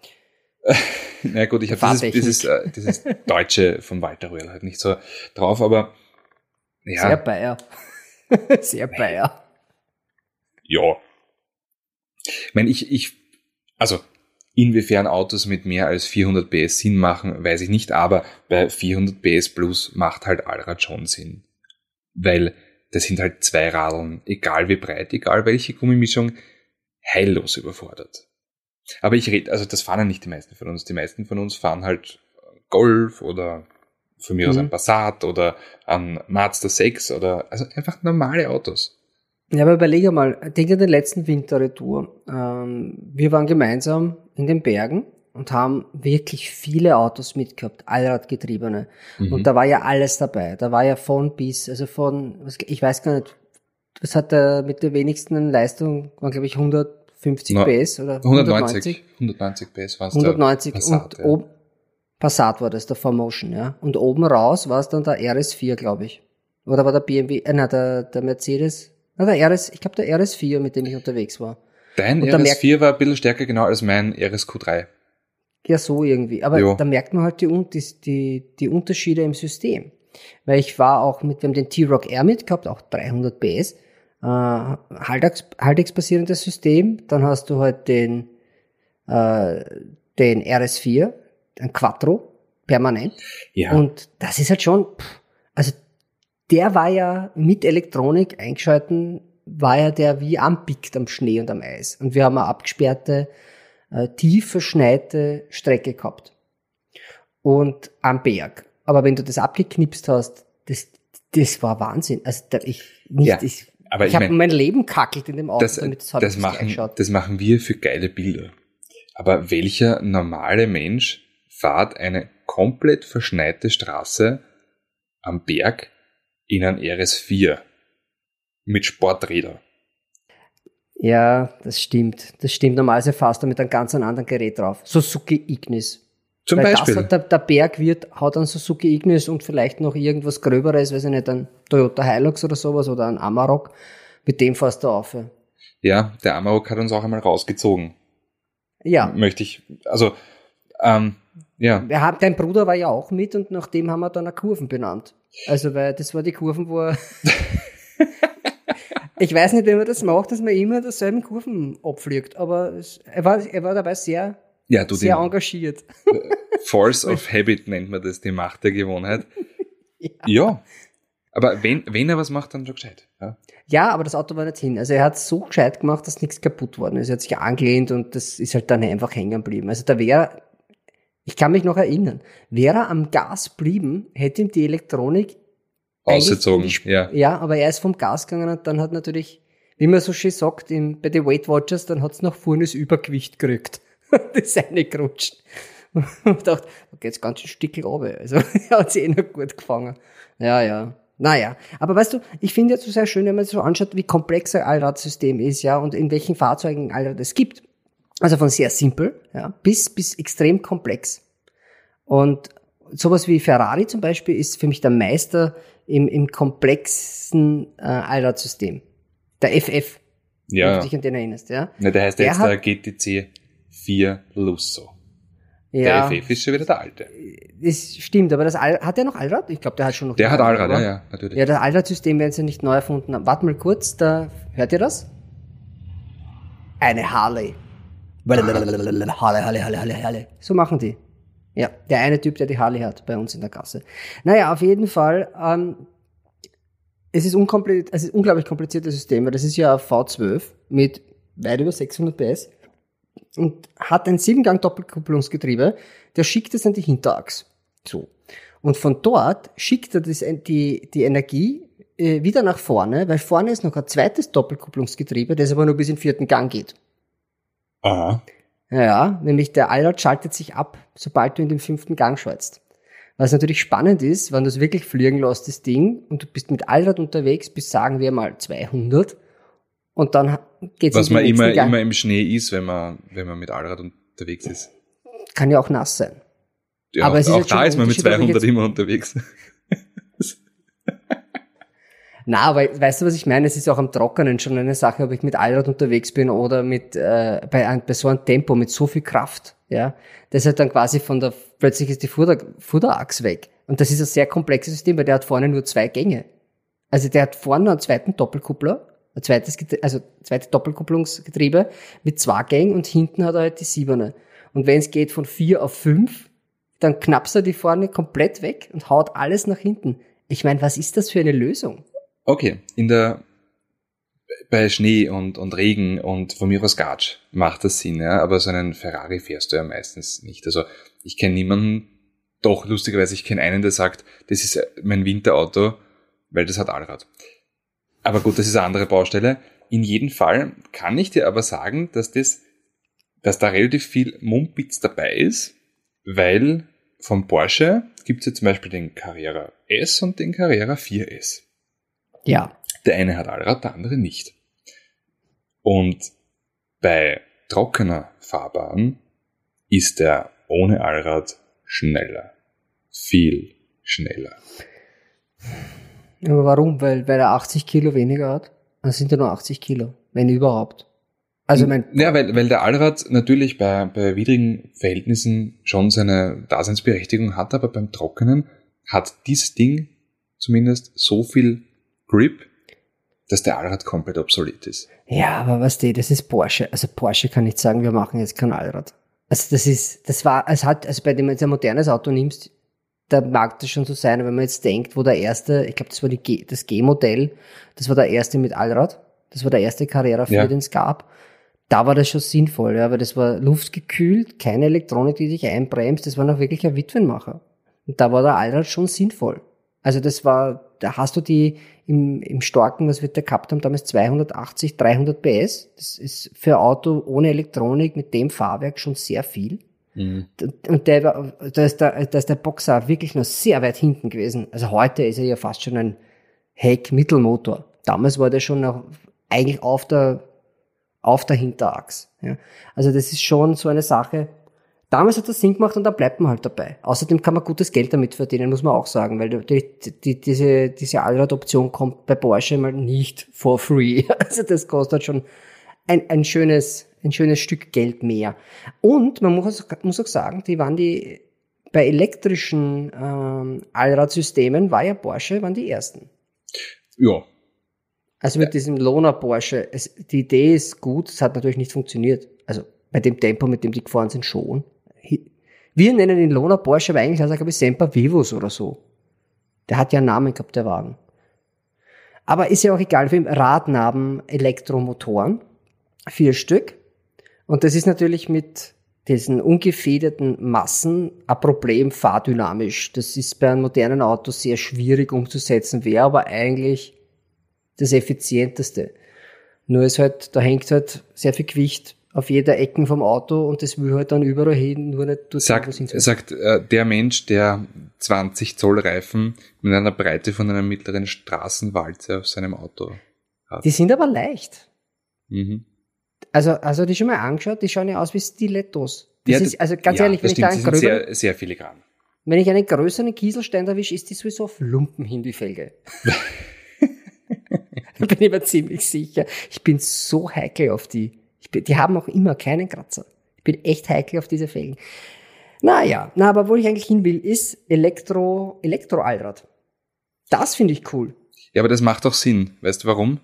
S2: na gut, ich habe dieses, dieses, äh, dieses Deutsche vom Walter Röhrl halt nicht so drauf, aber ja.
S1: Sehr Bayer. Sehr Bayer.
S2: Ja. Ich meine, ich, ich, also, inwiefern Autos mit mehr als vierhundert P S Sinn machen, weiß ich nicht, aber bei vierhundert P S plus macht halt Allrad schon Sinn. Weil das sind halt zwei Radeln, egal wie breit, egal welche Gummimischung, heillos überfordert. Aber ich rede, also das fahren ja nicht die meisten von uns. Die meisten von uns fahren halt Golf oder von mir aus
S1: Mhm.
S2: ein Passat oder ein Mazda sechs oder, also einfach normale Autos.
S1: Ja, aber überlege mal, denk an den letzten Winterretour. Ähm, wir waren gemeinsam in den Bergen und haben wirklich viele Autos mitgehabt, Allradgetriebene.
S2: Mhm.
S1: Und da war ja alles dabei. Da war ja von bis, also von, was- ich weiß gar nicht, was hat der mit der wenigsten Leistung, waren glaube ich hundertfünfzig
S2: Na,
S1: P S oder
S2: hundertneunzig, hundertneunzig P S waren es.
S1: hundertneunzig
S2: Passat,
S1: und
S2: ja.
S1: oben, Passat war das, der vier Motion, ja. Und oben raus war es dann der R S vier, glaube ich. Oder war der B M W, äh, nein, der, der Mercedes, na, der R S, ich glaube der R S vier, mit dem ich unterwegs war.
S2: Dein
S1: Und da
S2: R S
S1: merkt-
S2: vier war ein bisschen stärker genau als mein R S Q drei.
S1: Ja, so irgendwie. Aber
S2: Jo.
S1: da merkt man halt die, Un- die, die, die Unterschiede im System. Weil ich war auch mit, wir haben den T-Roc R mitgehabt, auch dreihundert P S, äh, Haldex, Haldex-basierendes System. Dann hast du halt den, äh, den R S vier, ein Quattro, permanent.
S2: Ja.
S1: Und das ist halt schon, pff, also der war ja mit Elektronik eingeschalten, war ja der wie anpickt am Schnee und am Eis. Und wir haben eine abgesperrte, äh, tief verschneite Strecke gehabt. Und am Berg. Aber wenn du das abgeknipst hast, das, das war Wahnsinn. Also da, ich nicht,
S2: Ja,
S1: ich,
S2: aber
S1: ich
S2: ich
S1: habe
S2: mein,
S1: mein Leben kackelt in dem Auto,
S2: das,
S1: damit es
S2: das,
S1: halbwegs gleich
S2: machen,
S1: schaut.
S2: das machen wir für geile Bilder. Aber welcher normale Mensch fährt eine komplett verschneite Straße am Berg in ein R S vier mit Sporträder?
S1: Ja, das stimmt. Das stimmt. Normalerweise fährst du mit einem ganz anderen Gerät drauf. Suzuki Ignis.
S2: Zum
S1: Weil
S2: Beispiel.
S1: Das hat der, der Berg wird, hat einen Suzuki Ignis und vielleicht noch irgendwas Gröberes, weiß ich nicht, ein Toyota Hilux oder sowas oder ein Amarok. Mit dem fährst du auf.
S2: Ja, der Amarok hat uns auch einmal rausgezogen.
S1: Ja.
S2: Möchte ich, also, ähm, ja.
S1: Wir haben, dein Bruder war ja auch mit und nach dem haben wir dann eine Kurven benannt. Also, weil das war die Kurven, wo er ich weiß nicht, wie man das macht, dass man immer derselben Kurven abfliegt, aber es, er, war, er war dabei sehr,
S2: Ja, du,
S1: sehr
S2: den
S1: engagiert.
S2: Force of Habit nennt man das, die Macht der Gewohnheit. Ja. ja. Aber wenn, wenn er was macht, dann schon gescheit. Ja.
S1: Ja, aber das Auto war nicht hin. Also er hat so gescheit gemacht, dass nichts kaputt worden ist. Er hat sich angelehnt und das ist halt dann einfach hängen geblieben. Also da wäre, ich kann mich noch erinnern, wäre er am Gas blieben, hätte ihm die Elektronik
S2: Ausgezogen,
S1: eigentlich-
S2: ja.
S1: Ja, aber er ist vom Gas gegangen und dann hat natürlich, wie man so schön sagt, im, bei den Weight Watchers, dann hat's nach vorne das Übergewicht gerückt. Das ist reingerutscht. Und ich dachte, da geht's ganz ein Stückchen runter. Also er hat sich eh noch gut gefangen. Ja, ja. Naja, aber weißt du, ich finde es so sehr schön, wenn man sich so anschaut, wie komplex ein Allradsystem ist, ja, und in welchen Fahrzeugen Allrad es gibt. Also von sehr simpel, ja, bis, bis extrem komplex. Und sowas wie Ferrari zum Beispiel ist für mich der Meister im, im komplexen äh, Allradsystem. Der F F,
S2: Ja.
S1: wenn du dich an den erinnerst, ja.
S2: Ja, der heißt
S1: Der
S2: jetzt
S1: hat-
S2: der G T C vier Lusso.
S1: Ja,
S2: Der F F ist schon wieder der alte.
S1: das stimmt, aber das All, hat der noch Allrad? Ich glaube, der hat schon noch.
S2: Der hat Allrad, ja,
S1: oder?
S2: ja, natürlich.
S1: Ja, das Allradsystem werden sie nicht neu erfunden haben. Warte mal kurz, da, hört ihr das? Eine Harley. Harley, Harley, Harley, Harley, Harley. So machen die. Ja, der eine Typ, der die Harley hat bei uns in der Kasse. Naja, auf jeden Fall, ähm, es ist, unkompliziert, es ist ein unglaublich kompliziertes System, weil das ist ja ein V zwölf mit weit über sechshundert P S und hat ein Siebengang-Doppelkupplungsgetriebe, der schickt es an die Hinterachse. So. Und von dort schickt er das, die, die Energie äh, wieder nach vorne, weil vorne ist noch ein zweites Doppelkupplungsgetriebe, das aber nur bis in den vierten Gang geht.
S2: Aha.
S1: Ja, ja, nämlich der Allrad schaltet sich ab, sobald du in den fünften Gang schaltest. Was natürlich spannend ist, wenn du es wirklich fliegen lässt, das Ding, und du bist mit Allrad unterwegs, bis sagen wir mal zweihundert, und dann geht's
S2: Was
S1: in den
S2: man immer,
S1: nächsten Gang.
S2: immer im Schnee ist, wenn man, wenn man mit Allrad unterwegs ist.
S1: Kann ja auch nass sein.
S2: Ja,
S1: Aber
S2: auch
S1: es ist
S2: auch
S1: jetzt schon
S2: da ist man mit
S1: Unterschied, ob ich
S2: zweihundert
S1: jetzt-
S2: immer unterwegs.
S1: Na, aber weißt du, was ich meine? Es ist auch am Trockenen schon eine Sache, ob ich mit Allrad unterwegs bin oder mit äh, bei, ein, bei so einem Tempo mit so viel Kraft. Ja, das ist halt dann quasi von der plötzlich ist die Vorder, Vorderachse weg. Und das ist ein sehr komplexes System, weil der hat vorne nur zwei Gänge. Also der hat vorne einen zweiten Doppelkuppler, ein zweites, Getriebe, also zweites Doppelkupplungsgetriebe mit zwei Gängen und hinten hat er halt die Siebene. Und wenn es geht von vier auf fünf, dann knappst er die vorne komplett weg und haut alles nach hinten. Ich meine, was ist das für eine Lösung?
S2: Okay, in der, bei Schnee und, und Regen und von mir aus Gatsch macht das Sinn, ja, aber so einen Ferrari fährst du ja meistens nicht. Also ich kenne niemanden, doch lustigerweise, ich kenne einen, der sagt, das ist mein Winterauto, weil das hat Allrad. Aber gut, das ist eine andere Baustelle. In jedem Fall kann ich dir aber sagen, dass das, dass da relativ viel Mumpitz dabei ist, weil vom Porsche gibt es ja zum Beispiel den Carrera S und den Carrera vier S.
S1: Ja.
S2: Der eine hat Allrad, der andere nicht. Und bei trockener Fahrbahn ist der ohne Allrad schneller. Viel schneller.
S1: Aber warum? Weil, weil er achtzig Kilo weniger hat? Dann sind ja nur achtzig Kilo, wenn überhaupt. Also mein,
S2: Ja, weil, weil der Allrad natürlich bei, bei widrigen Verhältnissen schon seine Daseinsberechtigung hat, aber beim Trockenen hat dieses Ding zumindest so viel Grip, dass der Allrad komplett obsolet ist.
S1: ja, aber was die, das ist Porsche. Also Porsche kann nicht sagen, wir machen jetzt kein Allrad. Also das ist, das war, es hat, also bei dem du jetzt ein modernes Auto nimmst, da mag das schon so sein, wenn man jetzt denkt, wo der erste, ich glaube, das war die G, das G-Modell, das war der erste mit Allrad, das war der erste Carrera vier,
S2: Ja.
S1: den es gab. Da war das schon sinnvoll, ja, weil das war luftgekühlt, keine Elektronik, die dich einbremst, das war noch wirklich ein Witwenmacher. Und da war der Allrad schon sinnvoll. Also das war, da hast du die im, im Starken, was wird der gehabt haben, damals zweihundertachtzig, dreihundert P S. Das ist für ein Auto ohne Elektronik mit dem Fahrwerk schon sehr viel.
S2: Mhm.
S1: Und der, war- da ist der, da ist der Boxer wirklich noch sehr weit hinten gewesen. Also heute ist er ja fast schon ein Heck-Mittelmotor. Damals war der schon noch eigentlich auf der, auf der Hinterachse. Ja. Also das ist schon so eine Sache. Damals hat das Sinn gemacht und da bleibt man halt dabei. Außerdem kann man gutes Geld damit verdienen, muss man auch sagen, weil die, die, diese, diese Allrad-Option kommt bei Porsche mal nicht for free. Also das kostet schon ein, ein schönes, ein schönes Stück Geld mehr. Und man muss, muss auch sagen, die waren die, bei elektrischen ähm, Allradsystemen war ja Porsche, waren die ersten.
S2: Ja,
S1: Also mit diesem Lohner Porsche, es, die Idee ist gut, es hat natürlich nicht funktioniert. Also bei dem Tempo, mit dem die gefahren sind, schon. Wir nennen ihn Lohner Porsche, aber eigentlich heißt er, glaube ich, Semper Vivus oder so. Der hat ja einen Namen gehabt, der Wagen. Aber ist ja auch egal, für ihn Radnaben, Elektromotoren, vier Stück. Und das ist natürlich mit diesen ungefederten Massen ein Problem fahrdynamisch. Das ist bei einem modernen Auto sehr schwierig umzusetzen, wäre aber eigentlich das Effizienteste. Nur ist halt, da hängt halt sehr viel Gewicht auf jeder Ecke vom Auto und das will halt dann überall hin, nur nicht dort,
S2: Sagt,
S1: wo es hin soll.
S2: sagt äh, der Mensch, der zwanzig Zoll Reifen mit einer Breite von einer mittleren Straßenwalze auf seinem Auto hat.
S1: Die sind aber leicht.
S2: Mhm.
S1: Also, also die schon mal angeschaut, die schauen ja aus wie Stilettos. Das
S2: Ja,
S1: ist, also ganz
S2: ja,
S1: ehrlich, wenn
S2: das
S1: ich, da
S2: stimmt,
S1: einen
S2: sie sind
S1: gröberen,
S2: sehr, sehr filigran.
S1: wenn ich einen größeren Kieselstein erwische, ist die sowieso auf Lumpen hin, die Felge. Da bin ich mir ziemlich sicher. Ich bin so heikel auf die. Ich bin, die haben auch immer keinen Kratzer. Ich bin echt heikel auf diese Felgen. Naja, na, aber wo ich eigentlich hin will, ist Elektro, Elektro-Allrad. Das finde ich cool.
S2: Ja, aber das macht doch Sinn. Weißt du warum?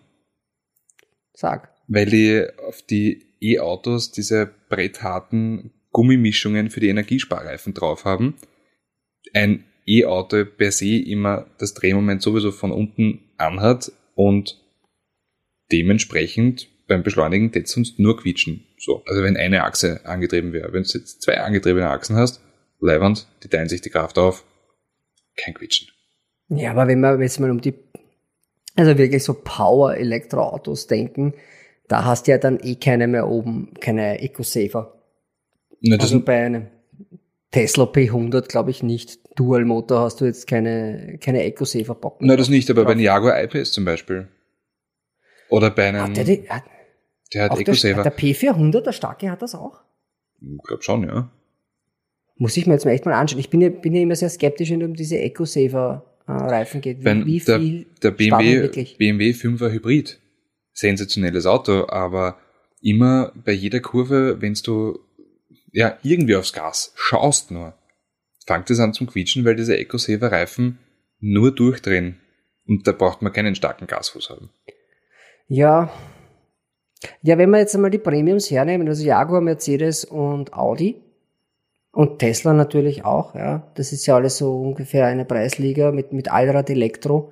S1: Sag.
S2: Weil die auf die E-Autos diese brettharten Gummimischungen für die Energiesparreifen drauf haben. Ein E-Auto per se immer das Drehmoment sowieso von unten anhat und dementsprechend beim Beschleunigen tät sonst nur quietschen. So. Also wenn eine Achse angetrieben wäre. Wenn du jetzt zwei angetriebene Achsen hast, leiwand, die teilen sich die Kraft auf, kein Quietschen.
S1: Ja, aber wenn wir jetzt mal um die, also wirklich so Power-Elektroautos denken, da hast du ja dann eh keine mehr oben, keine Eco-Saver.
S2: Na, das
S1: Also bei einem Tesla P hundert glaube ich nicht. Dual-Motor hast du jetzt keine, keine Eco-Saver-Bocken.
S2: na, das nicht, aber bei einem Jaguar I-Pace zum Beispiel. Oder bei einem,
S1: Hat der, die, hat,
S2: der hat
S1: auch der,
S2: Eco-Saver.
S1: hat der P vierhundert, der starke, hat das auch?
S2: Ich glaube schon, ja.
S1: Muss ich mir jetzt mal echt mal anschauen. Ich bin ja, bin ja immer sehr skeptisch, wenn es um diese Eco-Saver-Reifen geht. Wie,
S2: Wenn
S1: wie
S2: der,
S1: viel
S2: der B M
S1: spart man
S2: W,
S1: wirklich?
S2: B M W fünfer Hybrid, sensationelles Auto, aber immer bei jeder Kurve, wenn du ja irgendwie aufs Gas schaust nur, fängt es an zum Quietschen, weil diese Eco-Saver-Reifen nur durchdrehen. Und da braucht man keinen starken Gasfuß haben.
S1: Ja. Ja, wenn wir jetzt einmal die Premiums hernehmen, also Jaguar, Mercedes und Audi und Tesla natürlich auch, ja. Das ist ja alles so ungefähr eine Preisliga mit, mit Allrad Elektro.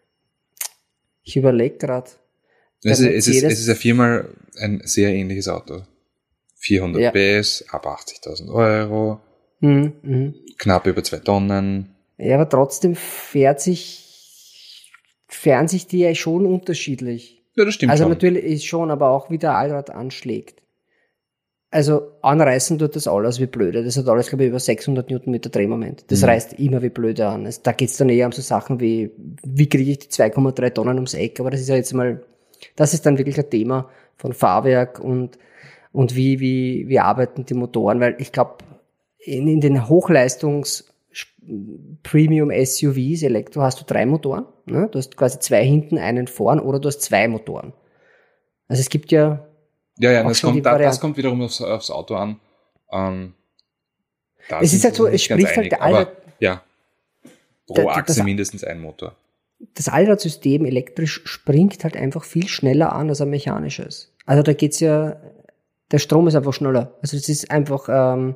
S1: Ich überlege gerade.
S2: Es ist, es, ist, es ist ja viermal ein sehr ähnliches Auto. vierhundert
S1: Ja.
S2: P S, ab achtzigtausend Euro,
S1: Mhm, mhm.
S2: knapp über zwei Tonnen.
S1: Ja, aber trotzdem fährt sich, fahren sich die ja schon unterschiedlich.
S2: Ja, das stimmt
S1: Also
S2: schon.
S1: natürlich ist schon, aber auch wie der Allrad anschlägt. Also anreißen tut das alles wie blöde. Das hat alles, glaube ich, über sechshundert Newtonmeter Drehmoment. Das
S2: Mhm.
S1: reißt immer wie blöde an. Es, da geht's dann eher um so Sachen wie, wie kriege ich die zwei Komma drei Tonnen ums Eck. Aber das ist ja jetzt mal, das ist dann wirklich ein Thema von Fahrwerk und, und wie, wie, wie arbeiten die Motoren. Weil ich glaube, in, in den Hochleistungs- Premium S U Vs, Elektro, hast du drei Motoren. Ne? Du hast quasi zwei hinten, einen vorn oder du hast zwei Motoren. Also es gibt ja
S2: Ja, ja,
S1: auch
S2: das
S1: schon die
S2: kommt, da, das
S1: Variante.
S2: kommt wiederum aufs, aufs Auto an. Ähm, da
S1: Es
S2: sind
S1: ist halt
S2: sie
S1: so,
S2: sich
S1: es
S2: nicht ganz
S1: spricht halt
S2: einig,
S1: der
S2: aber
S1: Allrad-
S2: ja, pro
S1: Der- der-
S2: Achse
S1: das-
S2: mindestens ein Motor.
S1: das Allradsystem elektrisch springt halt einfach viel schneller an als ein mechanisches. Also da geht's ja, der Strom ist einfach schneller. Also es ist einfach ähm,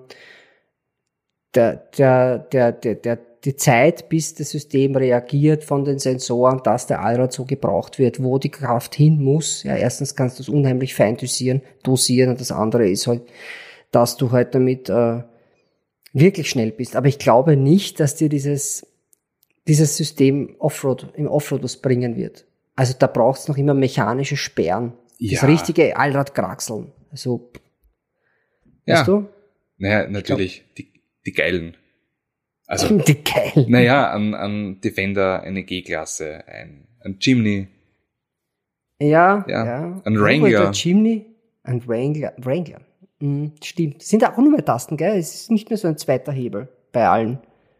S1: der, der, der, der, der, die Zeit, bis das System reagiert von den Sensoren, dass der Allrad so gebraucht wird, wo die Kraft hin muss. Ja, erstens kannst du es unheimlich fein dosieren, dosieren und das andere ist halt, dass du halt damit äh, wirklich schnell bist. Aber ich glaube nicht, dass dir dieses dieses System Offroad, im Offroad was bringen wird. Also da braucht's noch immer mechanische Sperren. Das
S2: Ja.
S1: richtige Allradkraxeln. Also,
S2: Ja,
S1: weißt du?
S2: naja, natürlich, die, die geilen. Also,
S1: Die geil.
S2: naja, an, an Defender eine G-Klasse, ein, ein Jimny.
S1: Ja,
S2: Ja,
S1: ja.
S2: ein
S1: Ja,
S2: Wrangler.
S1: Der Chimney, ein Wrangler. Wrangler. Mhm, stimmt. Sind auch nur mehr Tasten, gell? Es ist nicht mehr so ein zweiter Hebel bei allen.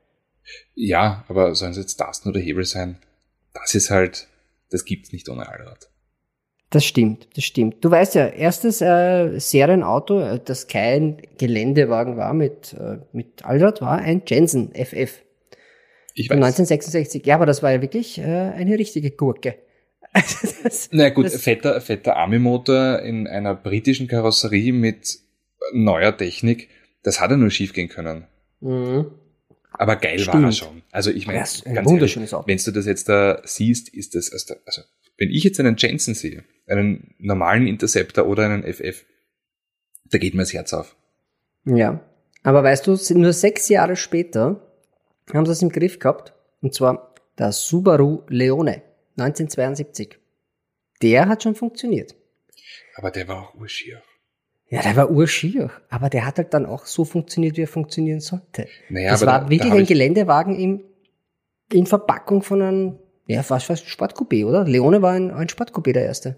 S2: Ja, aber sollen es jetzt Tasten oder Hebel sein? Das ist halt, das gibt's nicht ohne Allrad.
S1: Das stimmt, das stimmt. Du weißt ja, erstes äh, Serienauto, äh, das kein Geländewagen war mit, äh, mit Allrad, war ein Jensen F F.
S2: Ich
S1: Von
S2: weiß.
S1: neunzehnhundertsechsundsechzig. Ja, aber das war ja wirklich äh, eine richtige Gurke. Also das,
S2: Na gut,
S1: das,
S2: fetter, fetter Army-Motor in einer britischen Karosserie mit neuer Technik, das hat ja nur schief gehen können.
S1: Mhm.
S2: Aber geil war
S1: Stimmt.
S2: er schon. Also ich meine,
S1: Ja, ist ein
S2: ganz
S1: wunderschönes
S2: ehrlich,
S1: Auto.
S2: wenn du das jetzt da siehst, ist das, also, also wenn ich jetzt einen Jensen sehe, einen normalen Interceptor oder einen F F, da geht mir das Herz auf.
S1: Ja. Aber weißt du, sind nur sechs Jahre später haben sie es im Griff gehabt. Und zwar der Subaru Leone neunzehnhundertzweiundsiebzig. Der hat schon funktioniert.
S2: Aber der war auch urschier.
S1: Ja, der war urschier, aber der hat halt dann auch so funktioniert, wie er funktionieren sollte.
S2: Naja,
S1: das
S2: aber
S1: war
S2: da,
S1: wirklich
S2: da
S1: ein
S2: ich,
S1: Geländewagen in, in Verpackung von einem, ja, fast fast Sportcoupé, oder? Leone war ein, ein Sportcoupé, der erste.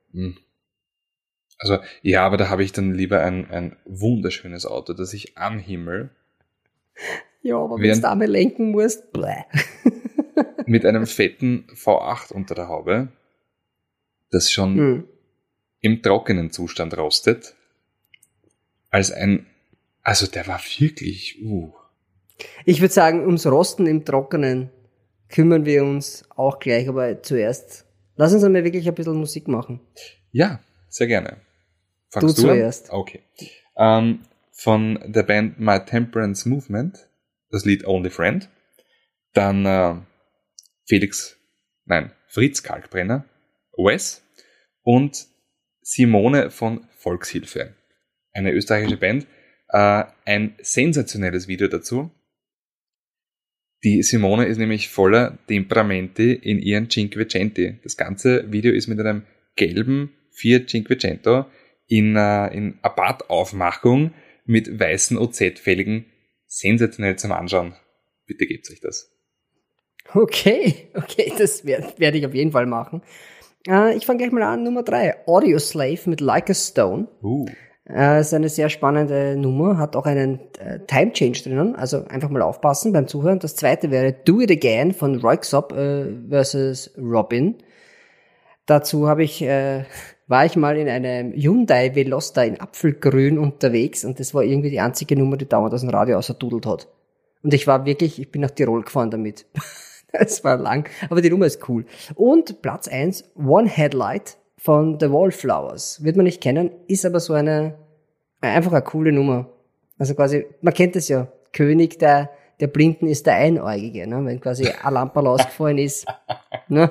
S2: Also, ja, aber da habe ich dann lieber ein, ein wunderschönes Auto, das ich anhimmel.
S1: Ja, aber wenn du da einmal lenken musst, bläh.
S2: Mit einem fetten V acht unter der Haube, das schon hm. im trockenen Zustand rostet, als ein, also der war wirklich, uh.
S1: Ich würde sagen, ums Rosten im Trockenen kümmern wir uns auch gleich, aber zuerst, lass uns einmal wirklich ein bisschen Musik machen.
S2: Ja, sehr gerne. Fangst
S1: du, du zuerst.
S2: An? Okay. Ähm, von der Band My Temperance Movement, das Lied Only Friend, dann äh, Felix, nein, Fritz Kalkbrenner, Wes und Simone von Volkshilfe, eine österreichische Band, äh, ein sensationelles Video dazu. Die Simone ist nämlich voller Temperamenti in ihren Cinquecenti. Das ganze Video ist mit einem gelben Fiat Cinquecento in, äh, in Apart-Aufmachung mit weißen O Z-Felgen sensationell zum Anschauen. Bitte gebt euch das.
S1: Okay, okay, das werde werd ich auf jeden Fall machen. Äh, ich fange gleich mal an, Nummer drei, Audio Slave mit Like a Stone.
S2: Uh.
S1: Äh, ist eine sehr spannende Nummer, hat auch einen äh, Time Change drinnen, also einfach mal aufpassen beim Zuhören. Das zweite wäre Do It Again von Röyksopp äh, versus Robin. Dazu habe ich, äh, war ich mal in einem Hyundai Veloster in Apfelgrün unterwegs und das war irgendwie die einzige Nummer, die dauernd aus dem Radio ausgedudelt hat. Und ich war wirklich, ich bin nach Tirol gefahren damit. Das war lang, aber die Nummer ist cool. Und Platz eins, One Headlight von The Wallflowers. Wird man nicht kennen, ist aber so eine, einfach eine coole Nummer. Also quasi, man kennt es ja, König der, der Blinden ist der Einäugige, ne? Wenn quasi ein Lamperl ausgefallen ist. Ne?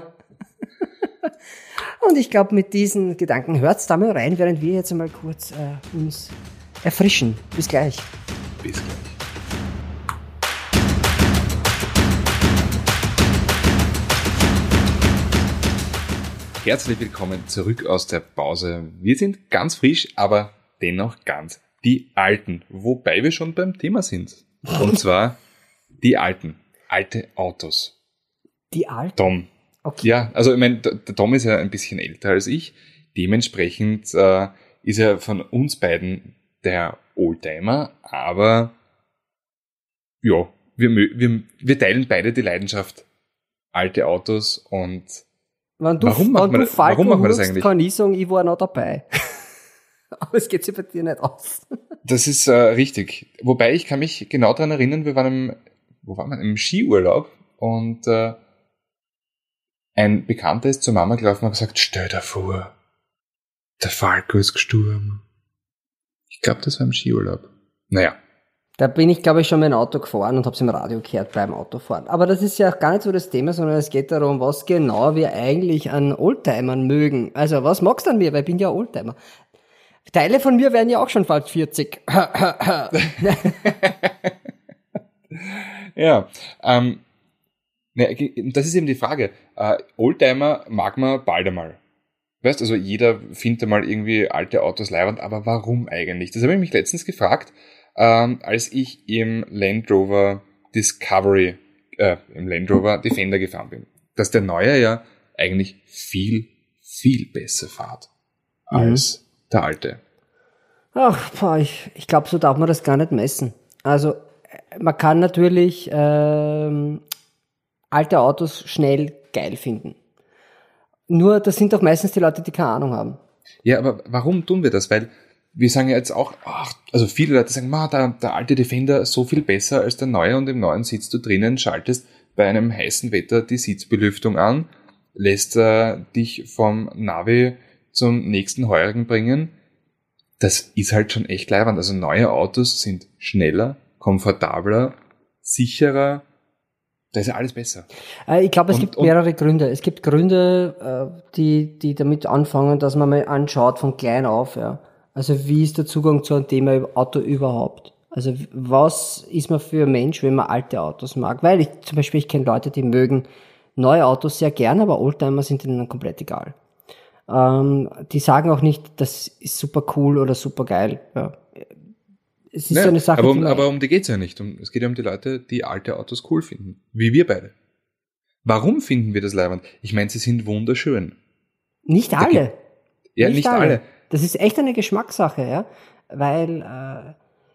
S1: Und ich glaube, mit diesen Gedanken hört's da mal rein, während wir jetzt einmal kurz äh, uns erfrischen. Bis gleich.
S2: Bis gleich. Herzlich willkommen zurück aus der Pause. Wir sind ganz frisch, aber dennoch ganz die Alten. Wobei wir schon beim Thema sind. Und zwar die Alten. Alte Autos.
S1: Die Alten?
S2: Tom.
S1: Okay.
S2: Ja, also ich meine, der Tom ist ja ein bisschen älter als ich. Dementsprechend äh, ist er von uns beiden der Oldtimer. Aber ja, wir, wir, wir teilen beide die Leidenschaft alte Autos und
S1: Wenn du,
S2: warum macht
S1: wenn
S2: man,
S1: du Falken
S2: warum macht man das
S1: hust,
S2: eigentlich?
S1: Kann ich sagen, ich war noch dabei. Aber es geht sich bei dir nicht aus.
S2: Das ist äh, richtig. Wobei ich kann mich genau daran erinnern, wir waren im, wo waren wir? Im Skiurlaub und äh, ein Bekannter ist zur Mama gelaufen und hat gesagt, stell dir vor, der Falco ist gestorben. Ich glaube, das war im Skiurlaub. Naja.
S1: Da bin ich, glaube ich, schon mit dem Auto gefahren und habe es im Radio gehört beim Autofahren. Aber das ist ja auch gar nicht so das Thema, sondern es geht darum, was genau wir eigentlich an Oldtimern mögen. Also, was magst du an mir? Weil ich bin ja Oldtimer. Teile von mir werden ja auch schon fast vierzig.
S2: Ja, ähm, ne, das ist eben die Frage. Äh, Oldtimer mag man bald einmal. Weißt, also jeder findet mal irgendwie alte Autos leibend, aber warum eigentlich? Das habe ich mich letztens gefragt, ähm, als ich im Land Rover Discovery, äh, im Land Rover Defender gefahren bin. Dass der neue ja eigentlich viel, viel besser fährt als mhm. der alte.
S1: Ach, boah, ich, ich glaube, so darf man das gar nicht messen. Also, man kann natürlich ähm, alte Autos schnell geil finden. Nur, das sind doch meistens die Leute, die keine Ahnung haben.
S2: Ja, aber warum tun wir das? Weil wir sagen ja jetzt auch, ach, also viele Leute sagen, ma, der, der alte Defender ist so viel besser als der neue und im neuen sitzt du drinnen, schaltest bei einem heißen Wetter die Sitzbelüftung an, lässt äh, dich vom Navi zum nächsten Heurigen bringen. Das ist halt schon echt leibend. Also neue Autos sind schneller, komfortabler, sicherer. Da ist ja alles besser.
S1: Äh, ich glaube, es
S2: und,
S1: gibt mehrere Gründe. Es gibt Gründe, äh, die, die damit anfangen, dass man mal anschaut von klein auf, ja. Also wie ist der Zugang zu einem Thema Auto überhaupt? Also was ist man für ein Mensch, wenn man alte Autos mag? Weil ich zum Beispiel, ich kenne Leute, die mögen neue Autos sehr gern, aber Oldtimer sind ihnen komplett egal. Ähm, die sagen auch nicht, das ist super cool oder super geil. Ja. Es ist
S2: Naja,
S1: so eine Sache,
S2: aber,
S1: die
S2: um,
S1: man,
S2: aber um die geht's ja nicht. Um, es geht ja um die Leute, die alte Autos cool finden. Wie wir beide. Warum finden wir das leibend? Ich meine, sie sind wunderschön.
S1: nicht
S2: Da
S1: alle.
S2: Ja, nicht, alle.
S1: Das ist echt eine Geschmackssache, ja. Weil äh,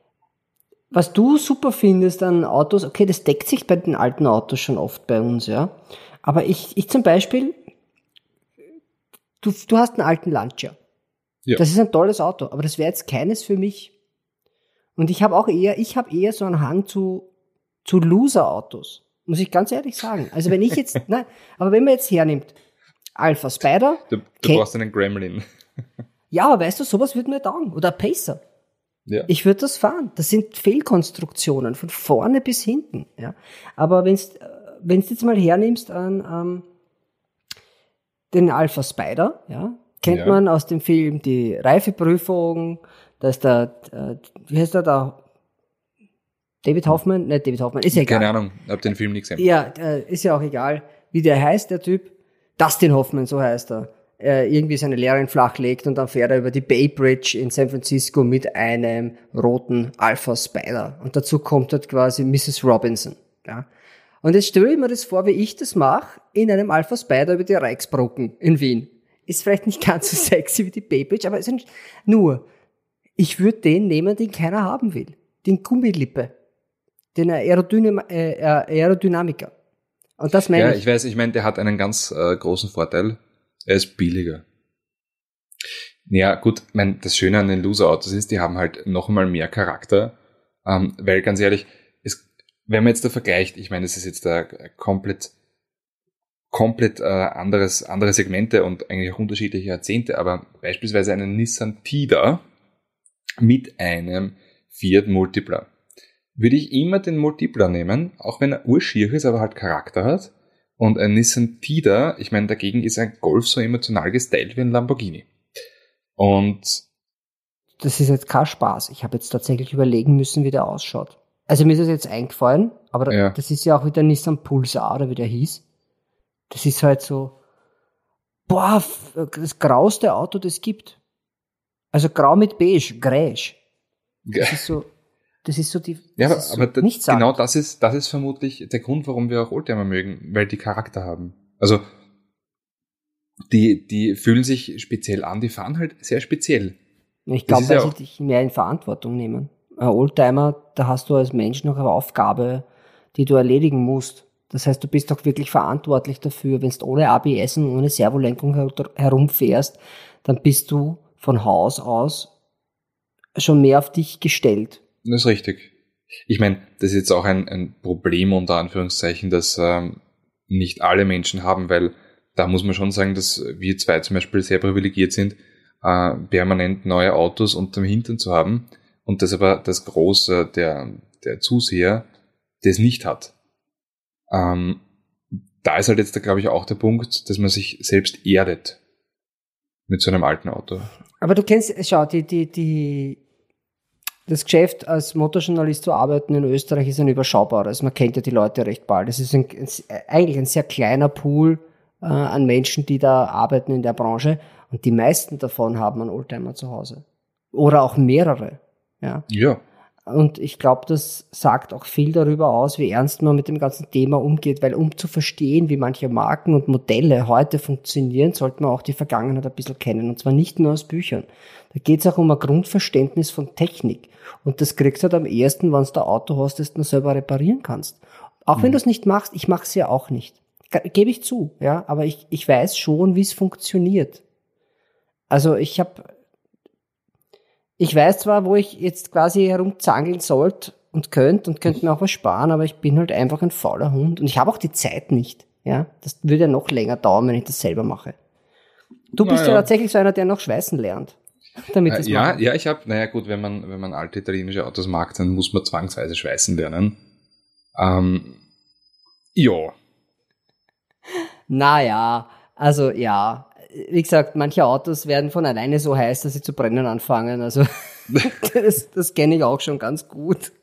S1: was du super findest an Autos, okay, das deckt sich bei den alten Autos schon oft bei uns, ja. Aber ich, ich zum Beispiel, du, du hast einen alten Lancia.
S2: Ja.
S1: Das ist ein tolles Auto, aber das wäre jetzt keines für mich. Und ich habe auch eher, ich habe eher so einen Hang zu, zu Loser-Autos. Muss ich ganz ehrlich sagen. Also wenn ich jetzt, nein, aber wenn man jetzt hernimmt, Alpha Spider.
S2: Du, du
S1: okay,
S2: brauchst einen Gremlin.
S1: ja, aber weißt du, sowas würde mir taugen. Oder ein Pacer.
S2: Ja.
S1: Ich würde das fahren. Das sind Fehlkonstruktionen, von vorne bis hinten. Ja. Aber wenn du jetzt mal hernimmst an ähm, den Alpha Spider, ja, kennt
S2: Ja.
S1: man aus dem Film die Reifeprüfung, da ist der, äh, wie heißt der da? David Hoffman? Nicht David Hoffman, ist ja egal.
S2: Keine Ahnung, hab den Film nicht gesehen.
S1: Ja, äh, ist ja auch egal, wie der heißt, der Typ. Dustin Hoffman, so heißt er. Äh, irgendwie seine Lehrerin flachlegt und dann fährt er über die Bay Bridge in San Francisco mit einem roten Alpha Spider. Und dazu kommt halt quasi Missus Robinson. Ja. Und jetzt stelle ich mir das vor, wie ich das mache, in einem Alpha Spider über die Reichsbrocken in Wien. Ist vielleicht nicht ganz so sexy wie die Bay Bridge, aber es ist nur, ich würde den nehmen, den keiner haben will. Den Gummilippe. Den Aerodynam- äh, Aerodynamiker. Und das meine
S2: Ja,
S1: ich.
S2: ich weiß, ich meine, der hat einen ganz äh, großen Vorteil. Er ist billiger. Ja, gut, mein, das Schöne an den Loser-Autos ist, die haben halt noch mal mehr Charakter. Ähm, weil ganz ehrlich, es, wenn man jetzt da vergleicht, ich meine, es ist jetzt da komplett, komplett äh, anderes, andere Segmente und eigentlich auch unterschiedliche Jahrzehnte, aber beispielsweise einen Nissan Tida mit einem Fiat Multipla. Würde ich immer den Multipla nehmen, auch wenn er urschier ist, aber halt Charakter hat. Und ein Nissan Tida, ich meine, dagegen ist ein Golf so emotional gestylt wie ein Lamborghini. Und
S1: Das ist jetzt kein Spaß. Ich habe jetzt tatsächlich überlegen müssen, wie der ausschaut. Also mir ist das jetzt eingefallen, aber
S2: Ja.
S1: das ist ja auch wieder Nissan Pulsar, oder wie der hieß. Das ist halt so, boah, f- das grauste Auto, das es gibt. Also grau mit beige, gräsch. Das ist so, das ist so die,
S2: ja, aber,
S1: das ist so
S2: aber da,
S1: nichts sagen.
S2: genau das ist, das ist vermutlich der Grund, warum wir auch Oldtimer mögen, weil die Charakter haben. Also die, die fühlen sich speziell an, die fahren halt sehr speziell.
S1: Ich
S2: Das
S1: glaube,
S2: ist
S1: weil
S2: ja
S1: sie
S2: auch-
S1: dich mehr in Verantwortung nehmen. Ein Oldtimer, da hast du als Mensch noch eine Aufgabe, die du erledigen musst. Das heißt, du bist doch wirklich verantwortlich dafür. Wenn du ohne A B S und ohne Servolenkung her- herumfährst, dann bist du von Haus aus schon mehr auf dich gestellt.
S2: Das ist richtig. Ich meine, das ist jetzt auch ein, ein Problem unter Anführungszeichen, das ähm, nicht alle Menschen haben, weil da muss man schon sagen, dass wir zwei zum Beispiel sehr privilegiert sind, äh, permanent neue Autos unterm Hintern zu haben und das aber das Große der, der Zuseher das nicht hat. Ähm, da ist halt jetzt, glaube ich, auch der Punkt, dass man sich selbst erdet mit so einem alten Auto.
S1: Aber du kennst, schau, die, die, die, das Geschäft als Motorjournalist zu arbeiten in Österreich ist ein überschaubares. Man kennt ja die Leute recht bald. Es ist ein, ein, eigentlich ein sehr kleiner Pool äh, an Menschen, die da arbeiten in der Branche. Und die meisten davon haben einen Oldtimer zu Hause. Oder auch mehrere. Ja.
S2: Ja.
S1: Und ich glaube, das sagt auch viel darüber aus, wie ernst man mit dem ganzen Thema umgeht, weil um zu verstehen, wie manche Marken und Modelle heute funktionieren, sollte man auch die Vergangenheit ein bisschen kennen. Und zwar nicht nur aus Büchern. Da geht es auch um ein Grundverständnis von Technik. Und das kriegst du halt am ehesten, wenn du ein Auto hast, das du noch selber reparieren kannst. Auch mhm. wenn du es nicht machst, ich mache es ja auch nicht. Ge- Gebe ich zu, ja, aber ich, ich weiß schon, wie es funktioniert. Also ich habe Ich weiß zwar, wo ich jetzt quasi herumzangeln sollte und könnte und könnte mir auch was sparen, aber ich bin halt einfach ein fauler Hund und ich habe auch die Zeit nicht. Ja, das würde ja noch länger dauern, wenn ich das selber mache. Du bist
S2: Naja.
S1: ja tatsächlich so einer, der noch schweißen lernt, damit
S2: Äh,
S1: das
S2: ja,
S1: machen.
S2: ja, ich habe, naja gut, wenn man, wenn man alte italienische Autos mag, dann muss man zwangsweise schweißen lernen. Ähm, ja,
S1: Naja, also ja, wie gesagt, manche Autos werden von alleine so heiß, dass sie zu brennen anfangen. Also das, das kenne ich auch schon ganz gut.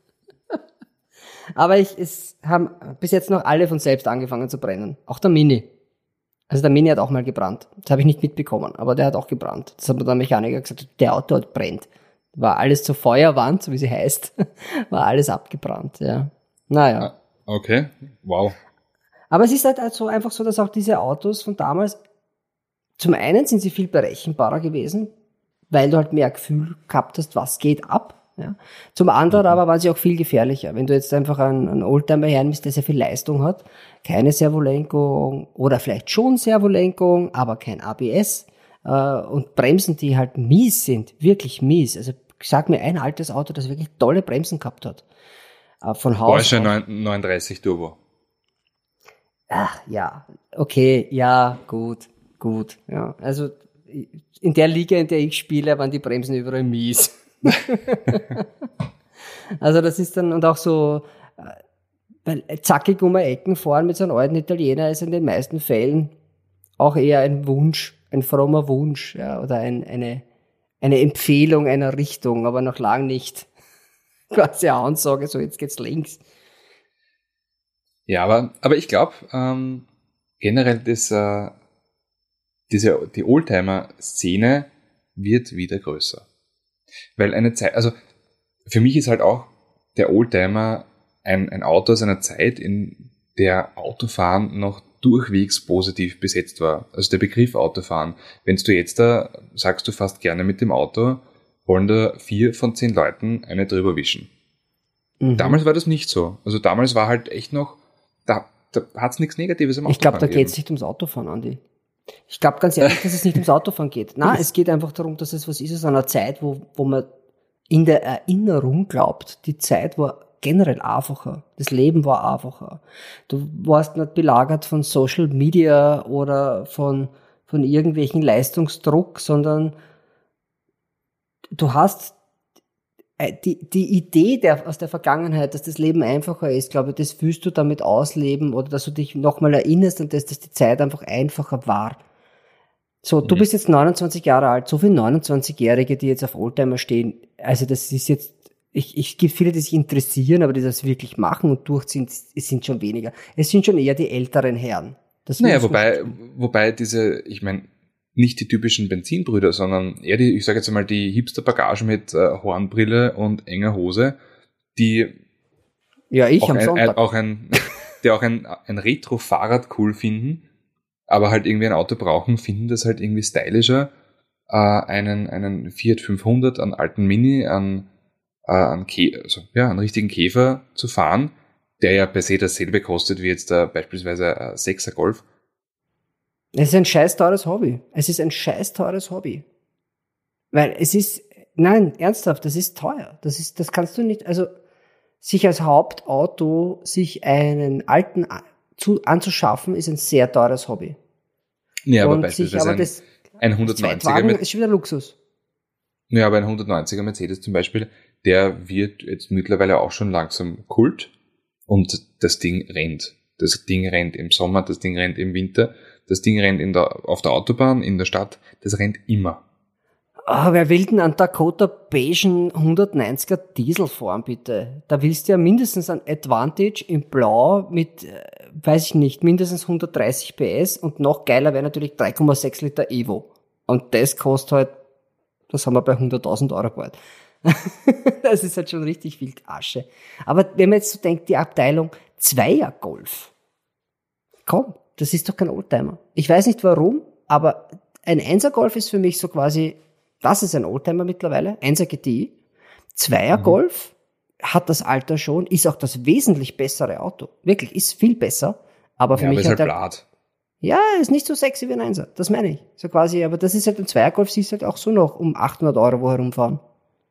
S1: Aber ich, es haben bis jetzt noch alle von selbst angefangen zu brennen. Auch der Mini. Also der Mini hat auch mal gebrannt. Das habe ich nicht mitbekommen, aber der hat auch gebrannt. Das hat mir der Mechaniker gesagt, der Auto hat brennt. War alles zur Feuerwand, so wie sie heißt, war alles abgebrannt, ja. Naja.
S2: Okay, wow.
S1: Aber es ist halt also einfach so, dass auch diese Autos von damals, zum einen sind sie viel berechenbarer gewesen, weil du halt mehr Gefühl gehabt hast, was geht ab. Ja. Zum anderen aber waren sie auch viel gefährlicher. Wenn du jetzt einfach einen, einen Oldtimer hernimmst, der sehr viel Leistung hat, keine Servolenkung oder vielleicht schon Servolenkung, aber kein A B S äh, und Bremsen, die halt mies sind, wirklich mies. Also sag mir ein altes Auto, das wirklich tolle Bremsen gehabt hat. Äh, von Haus
S2: Porsche
S1: aus.
S2: neununddreißig Turbo.
S1: Ach, ja, okay, ja, gut, gut. Ja, also in der Liga, in der ich spiele, waren die Bremsen überall mies. Also das ist dann, und auch so, weil zackig um Ecken fahren mit so einem alten Italiener ist in den meisten Fällen auch eher ein Wunsch, ein frommer Wunsch, ja, oder ein, eine, eine Empfehlung einer Richtung, aber noch lang nicht quasi eine Ansage, so jetzt geht's links.
S2: Ja, aber, aber ich glaube, ähm, generell das, äh, diese, die Oldtimer-Szene wird wieder größer. Weil eine Zeit, also für mich ist halt auch der Oldtimer ein, ein Auto aus einer Zeit, in der Autofahren noch durchwegs positiv besetzt war. Also der Begriff Autofahren. Wenn du jetzt da sagst, du fährst gerne mit dem Auto, wollen da vier von zehn Leuten eine drüber wischen. Mhm. Damals war das nicht so. Also damals war halt echt noch, da, da hat es nichts Negatives am Autofahren.
S1: Ich glaube, da geht es nicht ums Autofahren, Andi. Ich glaube ganz ehrlich, dass es nicht ums Autofahren geht. Nein, es geht einfach darum, dass es was ist aus einer Zeit, wo, wo man in der Erinnerung glaubt, die Zeit war generell einfacher. Das Leben war einfacher. Du warst nicht belagert von Social Media oder von, von irgendwelchen Leistungsdruck, sondern du hast die, die Idee der, aus der Vergangenheit, dass das Leben einfacher ist, glaube ich, das willst du damit ausleben oder dass du dich nochmal erinnerst an das, dass die Zeit einfach einfacher war. So, du bist jetzt neunundzwanzig Jahre alt, so viele neunundzwanzigjährige, die jetzt auf Oldtimer stehen, also das ist jetzt, ich, ich gibt viele, die sich interessieren, aber die das wirklich machen und durchziehen, es sind schon weniger. Es sind schon eher die älteren Herren. Das
S2: naja, wobei, wobei diese, ich meine, nicht die typischen Benzinbrüder, sondern eher die, ich sage jetzt einmal, die Hipster-Bagage mit äh, Hornbrille und enger Hose, die
S1: ja, ich
S2: auch,
S1: am
S2: ein,
S1: Sonntag.
S2: ein, auch ein, die auch ein, ein Retro-Fahrrad cool finden, aber halt irgendwie ein Auto brauchen, finden das halt irgendwie stylischer, äh, einen, einen Fiat fünfhundert, einen alten Mini, einen, äh, einen, Kä- also, ja, einen richtigen Käfer zu fahren, der ja per se dasselbe kostet wie jetzt äh, beispielsweise ein sechser Golf.
S1: Es ist ein scheiß teures Hobby. Es ist ein scheiß teures Hobby. Weil es ist, nein, ernsthaft, das ist teuer. Das ist, das kannst du nicht, also, sich als Hauptauto, sich einen alten zu, anzuschaffen, ist ein sehr teures Hobby.
S2: Ja, aber
S1: und
S2: beispielsweise
S1: sich, aber
S2: ein,
S1: das,
S2: ein hundertneunziger
S1: Zweitwagen
S2: mit,
S1: ist schon wieder Luxus.
S2: ja, aber ein hundertneunziger Mercedes zum Beispiel, der wird jetzt mittlerweile auch schon langsam Kult und das Ding rennt. Das Ding rennt im Sommer, das Ding rennt im Winter, das Ding rennt in der, auf der Autobahn, in der Stadt, das rennt immer.
S1: Ah, wer will denn einen Dakota beigen hundertneunziger Diesel fahren, bitte? Da willst du ja mindestens ein Advantage in Blau mit, äh, weiß ich nicht, mindestens hundertdreißig P S und noch geiler wäre natürlich drei Komma sechs Liter Evo. Und das kostet halt, das haben wir bei hunderttausend Euro bald. Das ist halt schon richtig viel Asche. Aber wenn man jetzt so denkt, die Abteilung Zweier Golf. Komm, das ist doch kein Oldtimer. Ich weiß nicht warum, aber ein Einser Golf ist für mich so quasi, das ist ein Oldtimer mittlerweile, Einser G T I. Zweier Golf mhm. hat das Alter schon, ist auch das wesentlich bessere Auto. Wirklich, ist viel besser. Aber für
S2: ja,
S1: mich
S2: aber ist halt
S1: der,
S2: Blatt.
S1: Ja, ist nicht so sexy wie ein Einser. Das meine ich. So quasi, aber das ist halt ein Zweier Golf, siehst halt auch so noch um achthundert Euro wo herumfahren.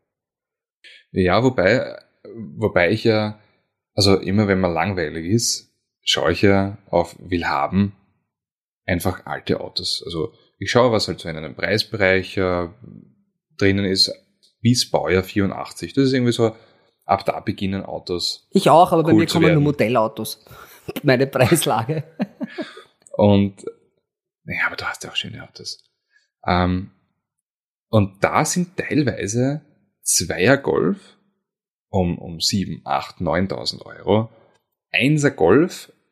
S2: Ja, wobei, wobei ich ja, also immer wenn man langweilig ist, schaue ich ja auf Willhaben einfach alte Autos. Also ich schaue, was halt so in einem Preisbereich äh, drinnen ist, bis Baujahr vierundachtzig. Das ist irgendwie so, ab da beginnen Autos.
S1: Ich auch, aber bei
S2: cool
S1: mir kommen nur Modellautos. Meine Preislage.
S2: Und, naja, aber du hast ja auch schöne Autos. Ähm, und da sind teilweise Zweier Golf um, um sieben, acht, neuntausend Euro. Einser Golf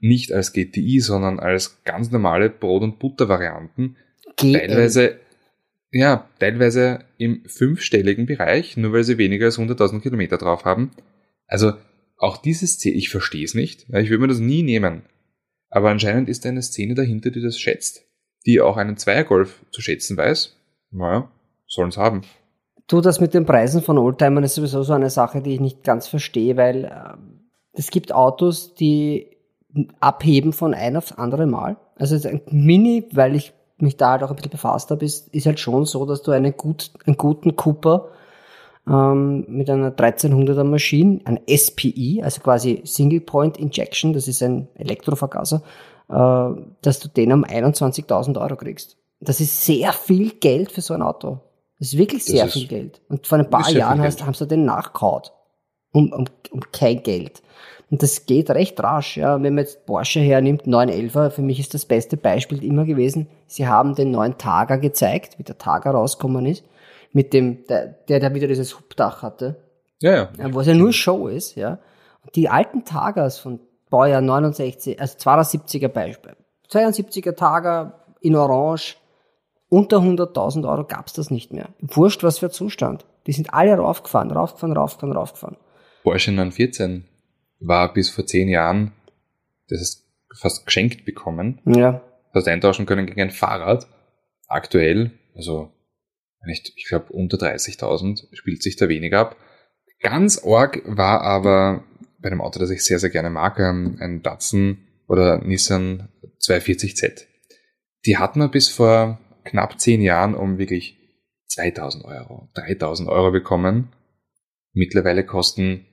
S2: nicht als G T I, sondern als ganz normale Brot- und Butter-Varianten.
S1: G L.
S2: Teilweise, ja, teilweise im fünfstelligen Bereich, nur weil sie weniger als hunderttausend Kilometer drauf haben. Also auch diese Szene, ich verstehe es nicht. Ich würde mir das nie nehmen. Aber anscheinend ist da eine Szene dahinter, die das schätzt. Die auch einen Zweiergolf zu schätzen weiß. Naja, sollen es haben.
S1: Du, das mit den Preisen von Oldtimern ist sowieso so eine Sache, die ich nicht ganz verstehe, weil äh, es gibt Autos, die abheben von ein aufs andere Mal. Also ein Mini, weil ich mich da halt auch ein bisschen befasst habe, ist, ist halt schon so, dass du einen, gut, einen guten Cooper ähm, mit einer dreizehnhunderter Maschine, ein S P I, also quasi Single Point Injection, das ist ein Elektrovergaser, äh, dass du den um einundzwanzigtausend Euro kriegst. Das ist sehr viel Geld für so ein Auto. Das ist wirklich sehr
S2: ist,
S1: viel Geld. Und vor ein paar Jahren hast, haben sie den nachgehaut. Um, um, um kein Geld. Und das geht recht rasch, ja. Wenn man jetzt Porsche hernimmt, neun elfer, für mich ist das beste Beispiel immer gewesen. Sie haben den neuen Targa gezeigt, wie der Targa rausgekommen ist, mit dem, der, der da wieder dieses Hubdach hatte.
S2: Ja, ja.
S1: Wo es ja nur Show ist, ja. Und die alten Targas von Baujahr neunundsechzig, also zweiundsiebziger Beispiel, zweiundsiebziger Targa in Orange, unter hunderttausend Euro gab's das nicht mehr. Wurscht, was für ein Zustand. Die sind alle raufgefahren, raufgefahren, raufgefahren, raufgefahren.
S2: Porsche neun vierzehn war bis vor zehn Jahren, das ist fast geschenkt bekommen.
S1: Ja.
S2: Hast eintauschen können gegen ein Fahrrad. Aktuell, also nicht, ich glaube unter dreißigtausend, spielt sich da weniger ab. Ganz arg war aber bei einem Auto, das ich sehr, sehr gerne mag, ein Datsun oder Nissan zweihundertvierzig Z. Die hat man bis vor knapp zehn Jahren um wirklich zweitausend Euro, dreitausend Euro bekommen. Mittlerweile kosten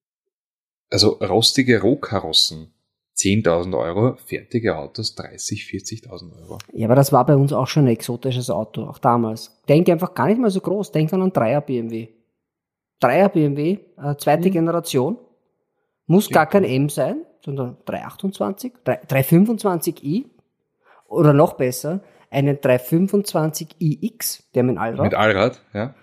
S2: also rostige Rohkarossen zehntausend Euro, fertige Autos dreißig, vierzigtausend Euro.
S1: Ja, aber das war bei uns auch schon ein exotisches Auto, auch damals. Denk einfach gar nicht mal so groß, denk an einen Dreier B M W. Dreier B M W, äh, zweite mhm. Generation, muss ja gar kein M sein, sondern dreihundertachtundzwanzig, dreihundertfünfundzwanzig i oder noch besser, einen dreihundertfünfundzwanzig i X, der mit Allrad.
S2: Mit Allrad, ja.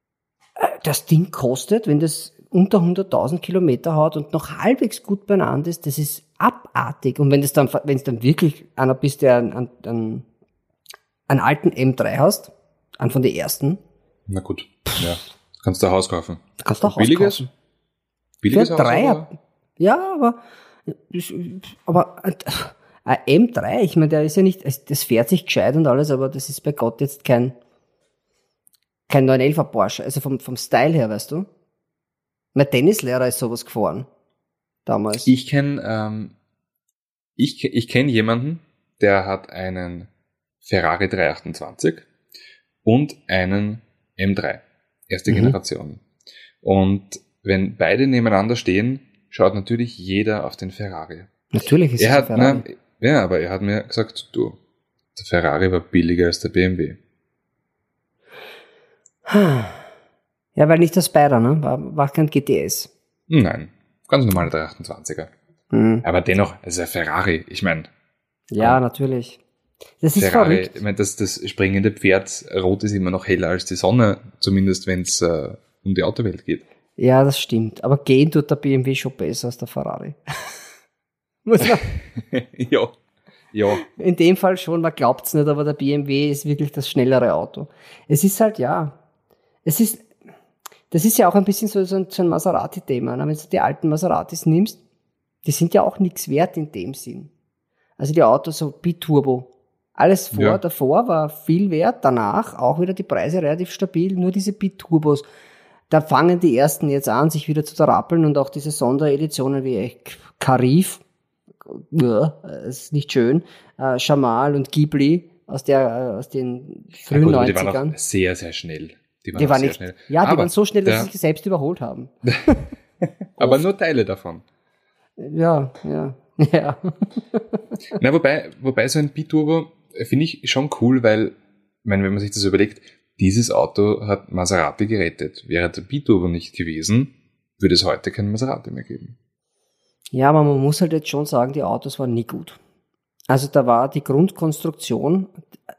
S1: Das Ding kostet, wenn das unter hunderttausend Kilometer hat und noch halbwegs gut beieinander ist, das ist abartig. Und wenn es dann, wenn es dann wirklich einer bist, der einen, einen, einen alten M drei hast, einen von den ersten.
S2: Na gut, ja. Kannst du ein Haus kaufen.
S1: Kannst du auch
S2: Billiges?
S1: kaufen.
S2: Billiges
S1: Für Dreier. Haus, ja, aber, aber ein M drei, ich meine, der ist ja nicht, das fährt sich gescheit und alles, aber das ist bei Gott jetzt kein, kein neun elfer Porsche. Also vom, vom Style her, weißt du? Mein Tennislehrer ist sowas gefahren. Damals.
S2: Ich kenne, ähm, ich, ich kenne jemanden, der hat einen Ferrari dreihundertachtundzwanzig und einen M drei. Erste mhm. Generation. Und wenn beide nebeneinander stehen, schaut natürlich jeder auf den Ferrari.
S1: Natürlich ist
S2: er
S1: es
S2: hat,
S1: ein Ferrari.
S2: Na, ja, aber er hat mir gesagt, du, der Ferrari war billiger als der B M W.
S1: Ja, weil nicht der Spider, ne? War, war kein G T S.
S2: Nein, ganz normaler dreihundertachtundzwanziger. Mhm. Aber dennoch, es ist ein Ferrari. Ich meine.
S1: Ja, komm. Natürlich. Das ist
S2: Ferrari,
S1: verrückt.
S2: Ich meine, das, das springende Pferd rot ist immer noch heller als die Sonne, zumindest wenn es äh, um die Autowelt geht.
S1: Ja, das stimmt. Aber gehen tut der B M W schon besser als der Ferrari. Muss man.
S2: ja. Ja.
S1: In dem Fall schon, man glaubt es nicht, aber der B M W ist wirklich das schnellere Auto. Es ist halt, ja, es ist, das ist ja auch ein bisschen so, so ein, so ein Maserati-Thema. Wenn du die alten Maseratis nimmst, die sind ja auch nichts wert in dem Sinn. Also die Autos so Biturbo. Alles vor, ja. davor war viel wert, danach auch wieder die Preise relativ stabil, nur diese Biturbos. Da fangen die ersten jetzt an, sich wieder zu zerrappeln und auch diese Sondereditionen wie Karif, ja, ist nicht schön, äh, Jamal und Ghibli aus der, aus den frühen
S2: ja, gut,
S1: neunzigern.
S2: Die waren auch sehr, sehr schnell. Die waren,
S1: die waren
S2: sehr
S1: nicht,
S2: schnell.
S1: Ja, die
S2: aber
S1: waren so schnell, dass
S2: der,
S1: sie sich selbst überholt haben.
S2: aber nur Teile davon.
S1: Ja, ja, ja.
S2: Na, wobei, wobei so ein Biturbo finde ich schon cool, weil, ich meine, wenn man sich das überlegt, dieses Auto hat Maserati gerettet. Wäre der Biturbo nicht gewesen, würde es heute keinen Maserati mehr geben.
S1: Ja, aber man muss halt jetzt schon sagen, die Autos waren nie gut. Also da war die Grundkonstruktion,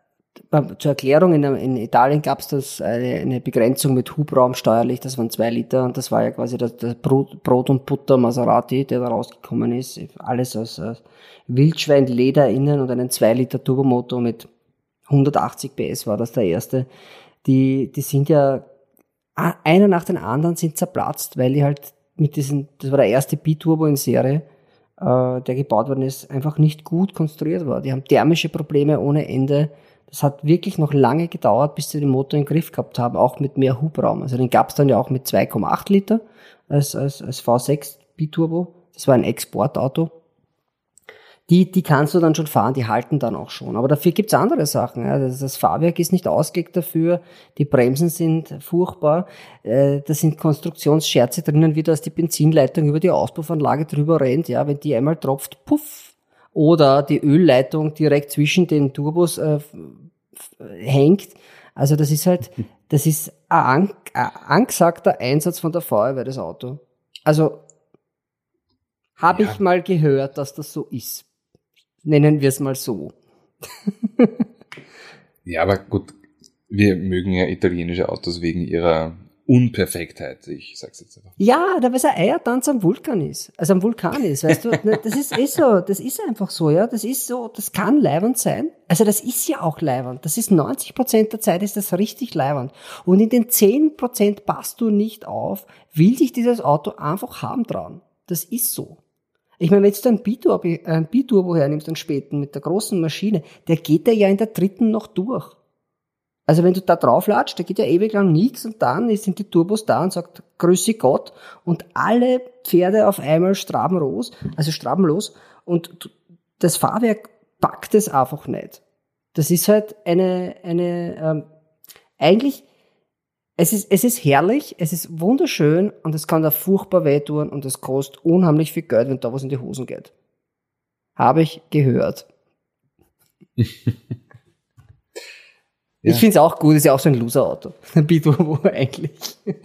S1: zur Erklärung, in, in Italien gab es das eine, eine Begrenzung mit Hubraum steuerlich, das waren zwei Liter und das war ja quasi das, das Brot, Brot und Butter Maserati, der da rausgekommen ist. Alles aus, aus Wildschweinleder innen und einen zwei Liter Turbomotor mit hundertachtzig P S war das der erste. Die, die sind ja, einer nach den anderen sind zerplatzt, weil die halt mit diesen, das war der erste Biturbo in Serie, äh, der gebaut worden ist, einfach nicht gut konstruiert war. Die haben thermische Probleme ohne Ende. Das hat wirklich noch lange gedauert, bis sie den Motor im Griff gehabt haben, auch mit mehr Hubraum. Also den gab es dann ja auch mit zwei Komma acht Liter als, als, als V sechs Biturbo. Das war ein Exportauto. Die, die kannst du dann schon fahren, die halten dann auch schon. Aber dafür gibt's andere Sachen. Ja. Das, das Fahrwerk ist nicht ausgelegt dafür, die Bremsen sind furchtbar, äh, da sind Konstruktionsscherze drinnen, wie dass die Benzinleitung über die Auspuffanlage drüber rennt, ja, wenn die einmal tropft, puff, oder die Ölleitung direkt zwischen den Turbos äh, hängt. Also das ist halt, das ist ein, an, ein angesagter Einsatz von der Feuerwehr, das Auto. Also habe ja. ich mal gehört, dass das so ist. Nennen wir es mal so.
S2: Ja, aber gut, wir mögen ja italienische Autos wegen ihrer Unperfektheit. Ich sag's jetzt einfach.
S1: Ja, da weil es ein Eiertanz am Vulkan ist. Also am Vulkan ist, weißt du. Das ist eh so, das ist einfach so, ja. Das ist so, das kann leiwand sein. Also das ist ja auch leiwand. Das ist neunzig Prozent der Zeit ist das richtig leiwand. Und in den zehn Prozent passt du nicht auf, will dich dieses Auto einfach haben trauen. Das ist so. Ich meine, wenn du einen Biturbo, einen Biturbo hernimmst, einen späten, mit der großen Maschine, der geht ja in der dritten noch durch. Also wenn du da drauf latscht, da geht ja ewig lang nichts und dann sind die Turbos da und sagt, grüße Gott, und alle Pferde auf einmal strabenlos, also strabenlos, und das Fahrwerk packt es einfach nicht. Das ist halt eine, eine, ähm, eigentlich, Es ist, es ist herrlich, es ist wunderschön und es kann da furchtbar wehtun und es kostet unheimlich viel Geld, wenn da was in die Hosen geht. Habe ich gehört. Ja. Ich finde es auch gut, ist ja auch so ein Loser-Auto. Ein Biturbo eigentlich.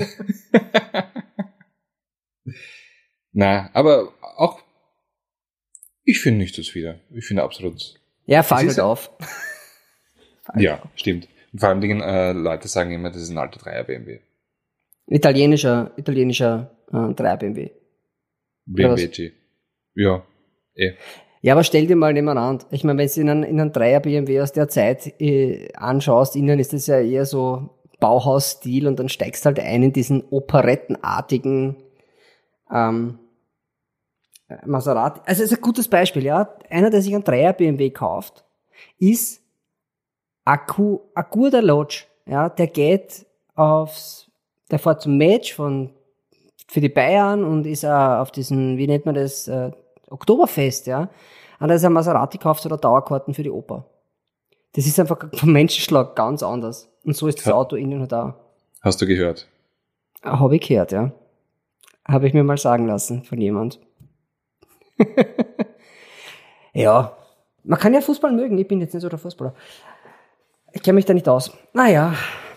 S2: Na, aber auch, ich finde nichts wieder. Ich finde absolut.
S1: Ja, fall halt auf.
S2: Ja, auf. Stimmt. Und vor allem Dingen, äh, Leute sagen immer, das ist ein alter Dreier B M W.
S1: Italienischer, italienischer äh, Dreier B M W.
S2: B M W G. Ja, eh.
S1: Ja, aber stell dir mal nebeneinander. Ich meine, wenn du in einen, in einen Dreier B M W aus der Zeit äh, anschaust, innen ist das ja eher so Bauhausstil und dann steigst halt ein in diesen operettenartigen ähm, Maserati. Also, das ist ein gutes Beispiel, ja. Einer, der sich einen Dreier B M W kauft, ist Akku, Akku der Lodge, ja, der geht aufs, der fährt zum Match von, für die Bayern und ist auch auf diesen, wie nennt man das, äh, Oktoberfest, ja. Und da ist ein Maserati gekauft oder Dauerkarten für die Oper. Das ist einfach vom Menschenschlag ganz anders. Und so ist das Auto innen und da.
S2: Hast du gehört?
S1: Habe ich gehört, ja. Habe ich mir mal sagen lassen von jemand. Ja. Man kann ja Fußball mögen, ich bin jetzt nicht so der Fußballer. Ich kenne mich da nicht aus. Naja.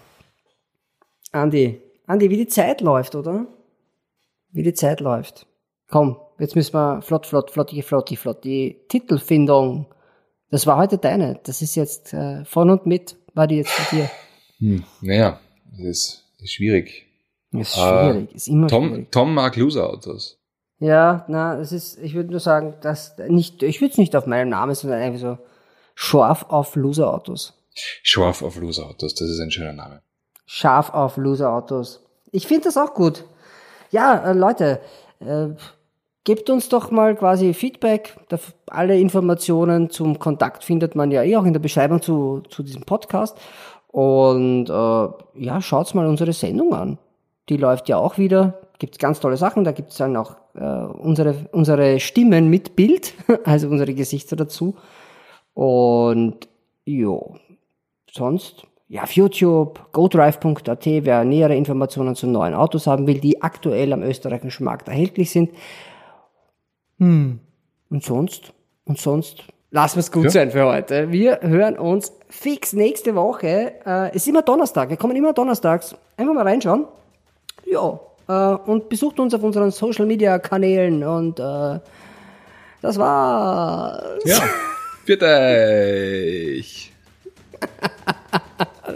S1: Andi, Andi, wie die Zeit läuft, oder? Wie die Zeit läuft. Komm, jetzt müssen wir flott, flott, flotti, flotti, flott. Die Titelfindung, das war heute deine. Das ist jetzt äh, von und mit, war die jetzt von dir.
S2: Hm, naja, das ist, ist schwierig.
S1: Ist schwierig, äh, ist immer
S2: Tom,
S1: schwierig.
S2: Tom mag Loser-Autos.
S1: Ja, na, es ist, ich würde nur sagen, dass nicht, ich würde es nicht auf meinen Namen, sondern einfach so scharf auf Loser-Autos.
S2: Scharf auf Loser-Autos, das ist ein schöner Name.
S1: Scharf auf Loser-Autos. Ich finde das auch gut. Ja, äh, Leute, äh, gebt uns doch mal quasi Feedback. Da, alle Informationen zum Kontakt findet man ja eh auch in der Beschreibung zu, zu diesem Podcast. Und äh, ja, schaut's mal unsere Sendung an. Die läuft ja auch wieder. Gibt's ganz tolle Sachen. Da gibt's dann auch äh, unsere, unsere Stimmen mit Bild, also unsere Gesichter dazu. Und jo, sonst, ja, auf YouTube, godrive punkt at, wer nähere Informationen zu neuen Autos haben will, die aktuell am österreichischen Markt erhältlich sind. Hm. Und sonst, und sonst, lassen wir es gut ja. sein für heute. Wir hören uns fix nächste Woche. Äh, es ist immer Donnerstag, wir kommen immer donnerstags. Einfach mal reinschauen. Ja, äh, und besucht uns auf unseren Social Media Kanälen und äh, das war's.
S2: Ja, für dich.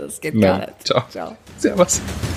S1: das geht
S2: Nein.
S1: gar nicht.
S2: Ciao.
S1: Ciao.
S2: Servus.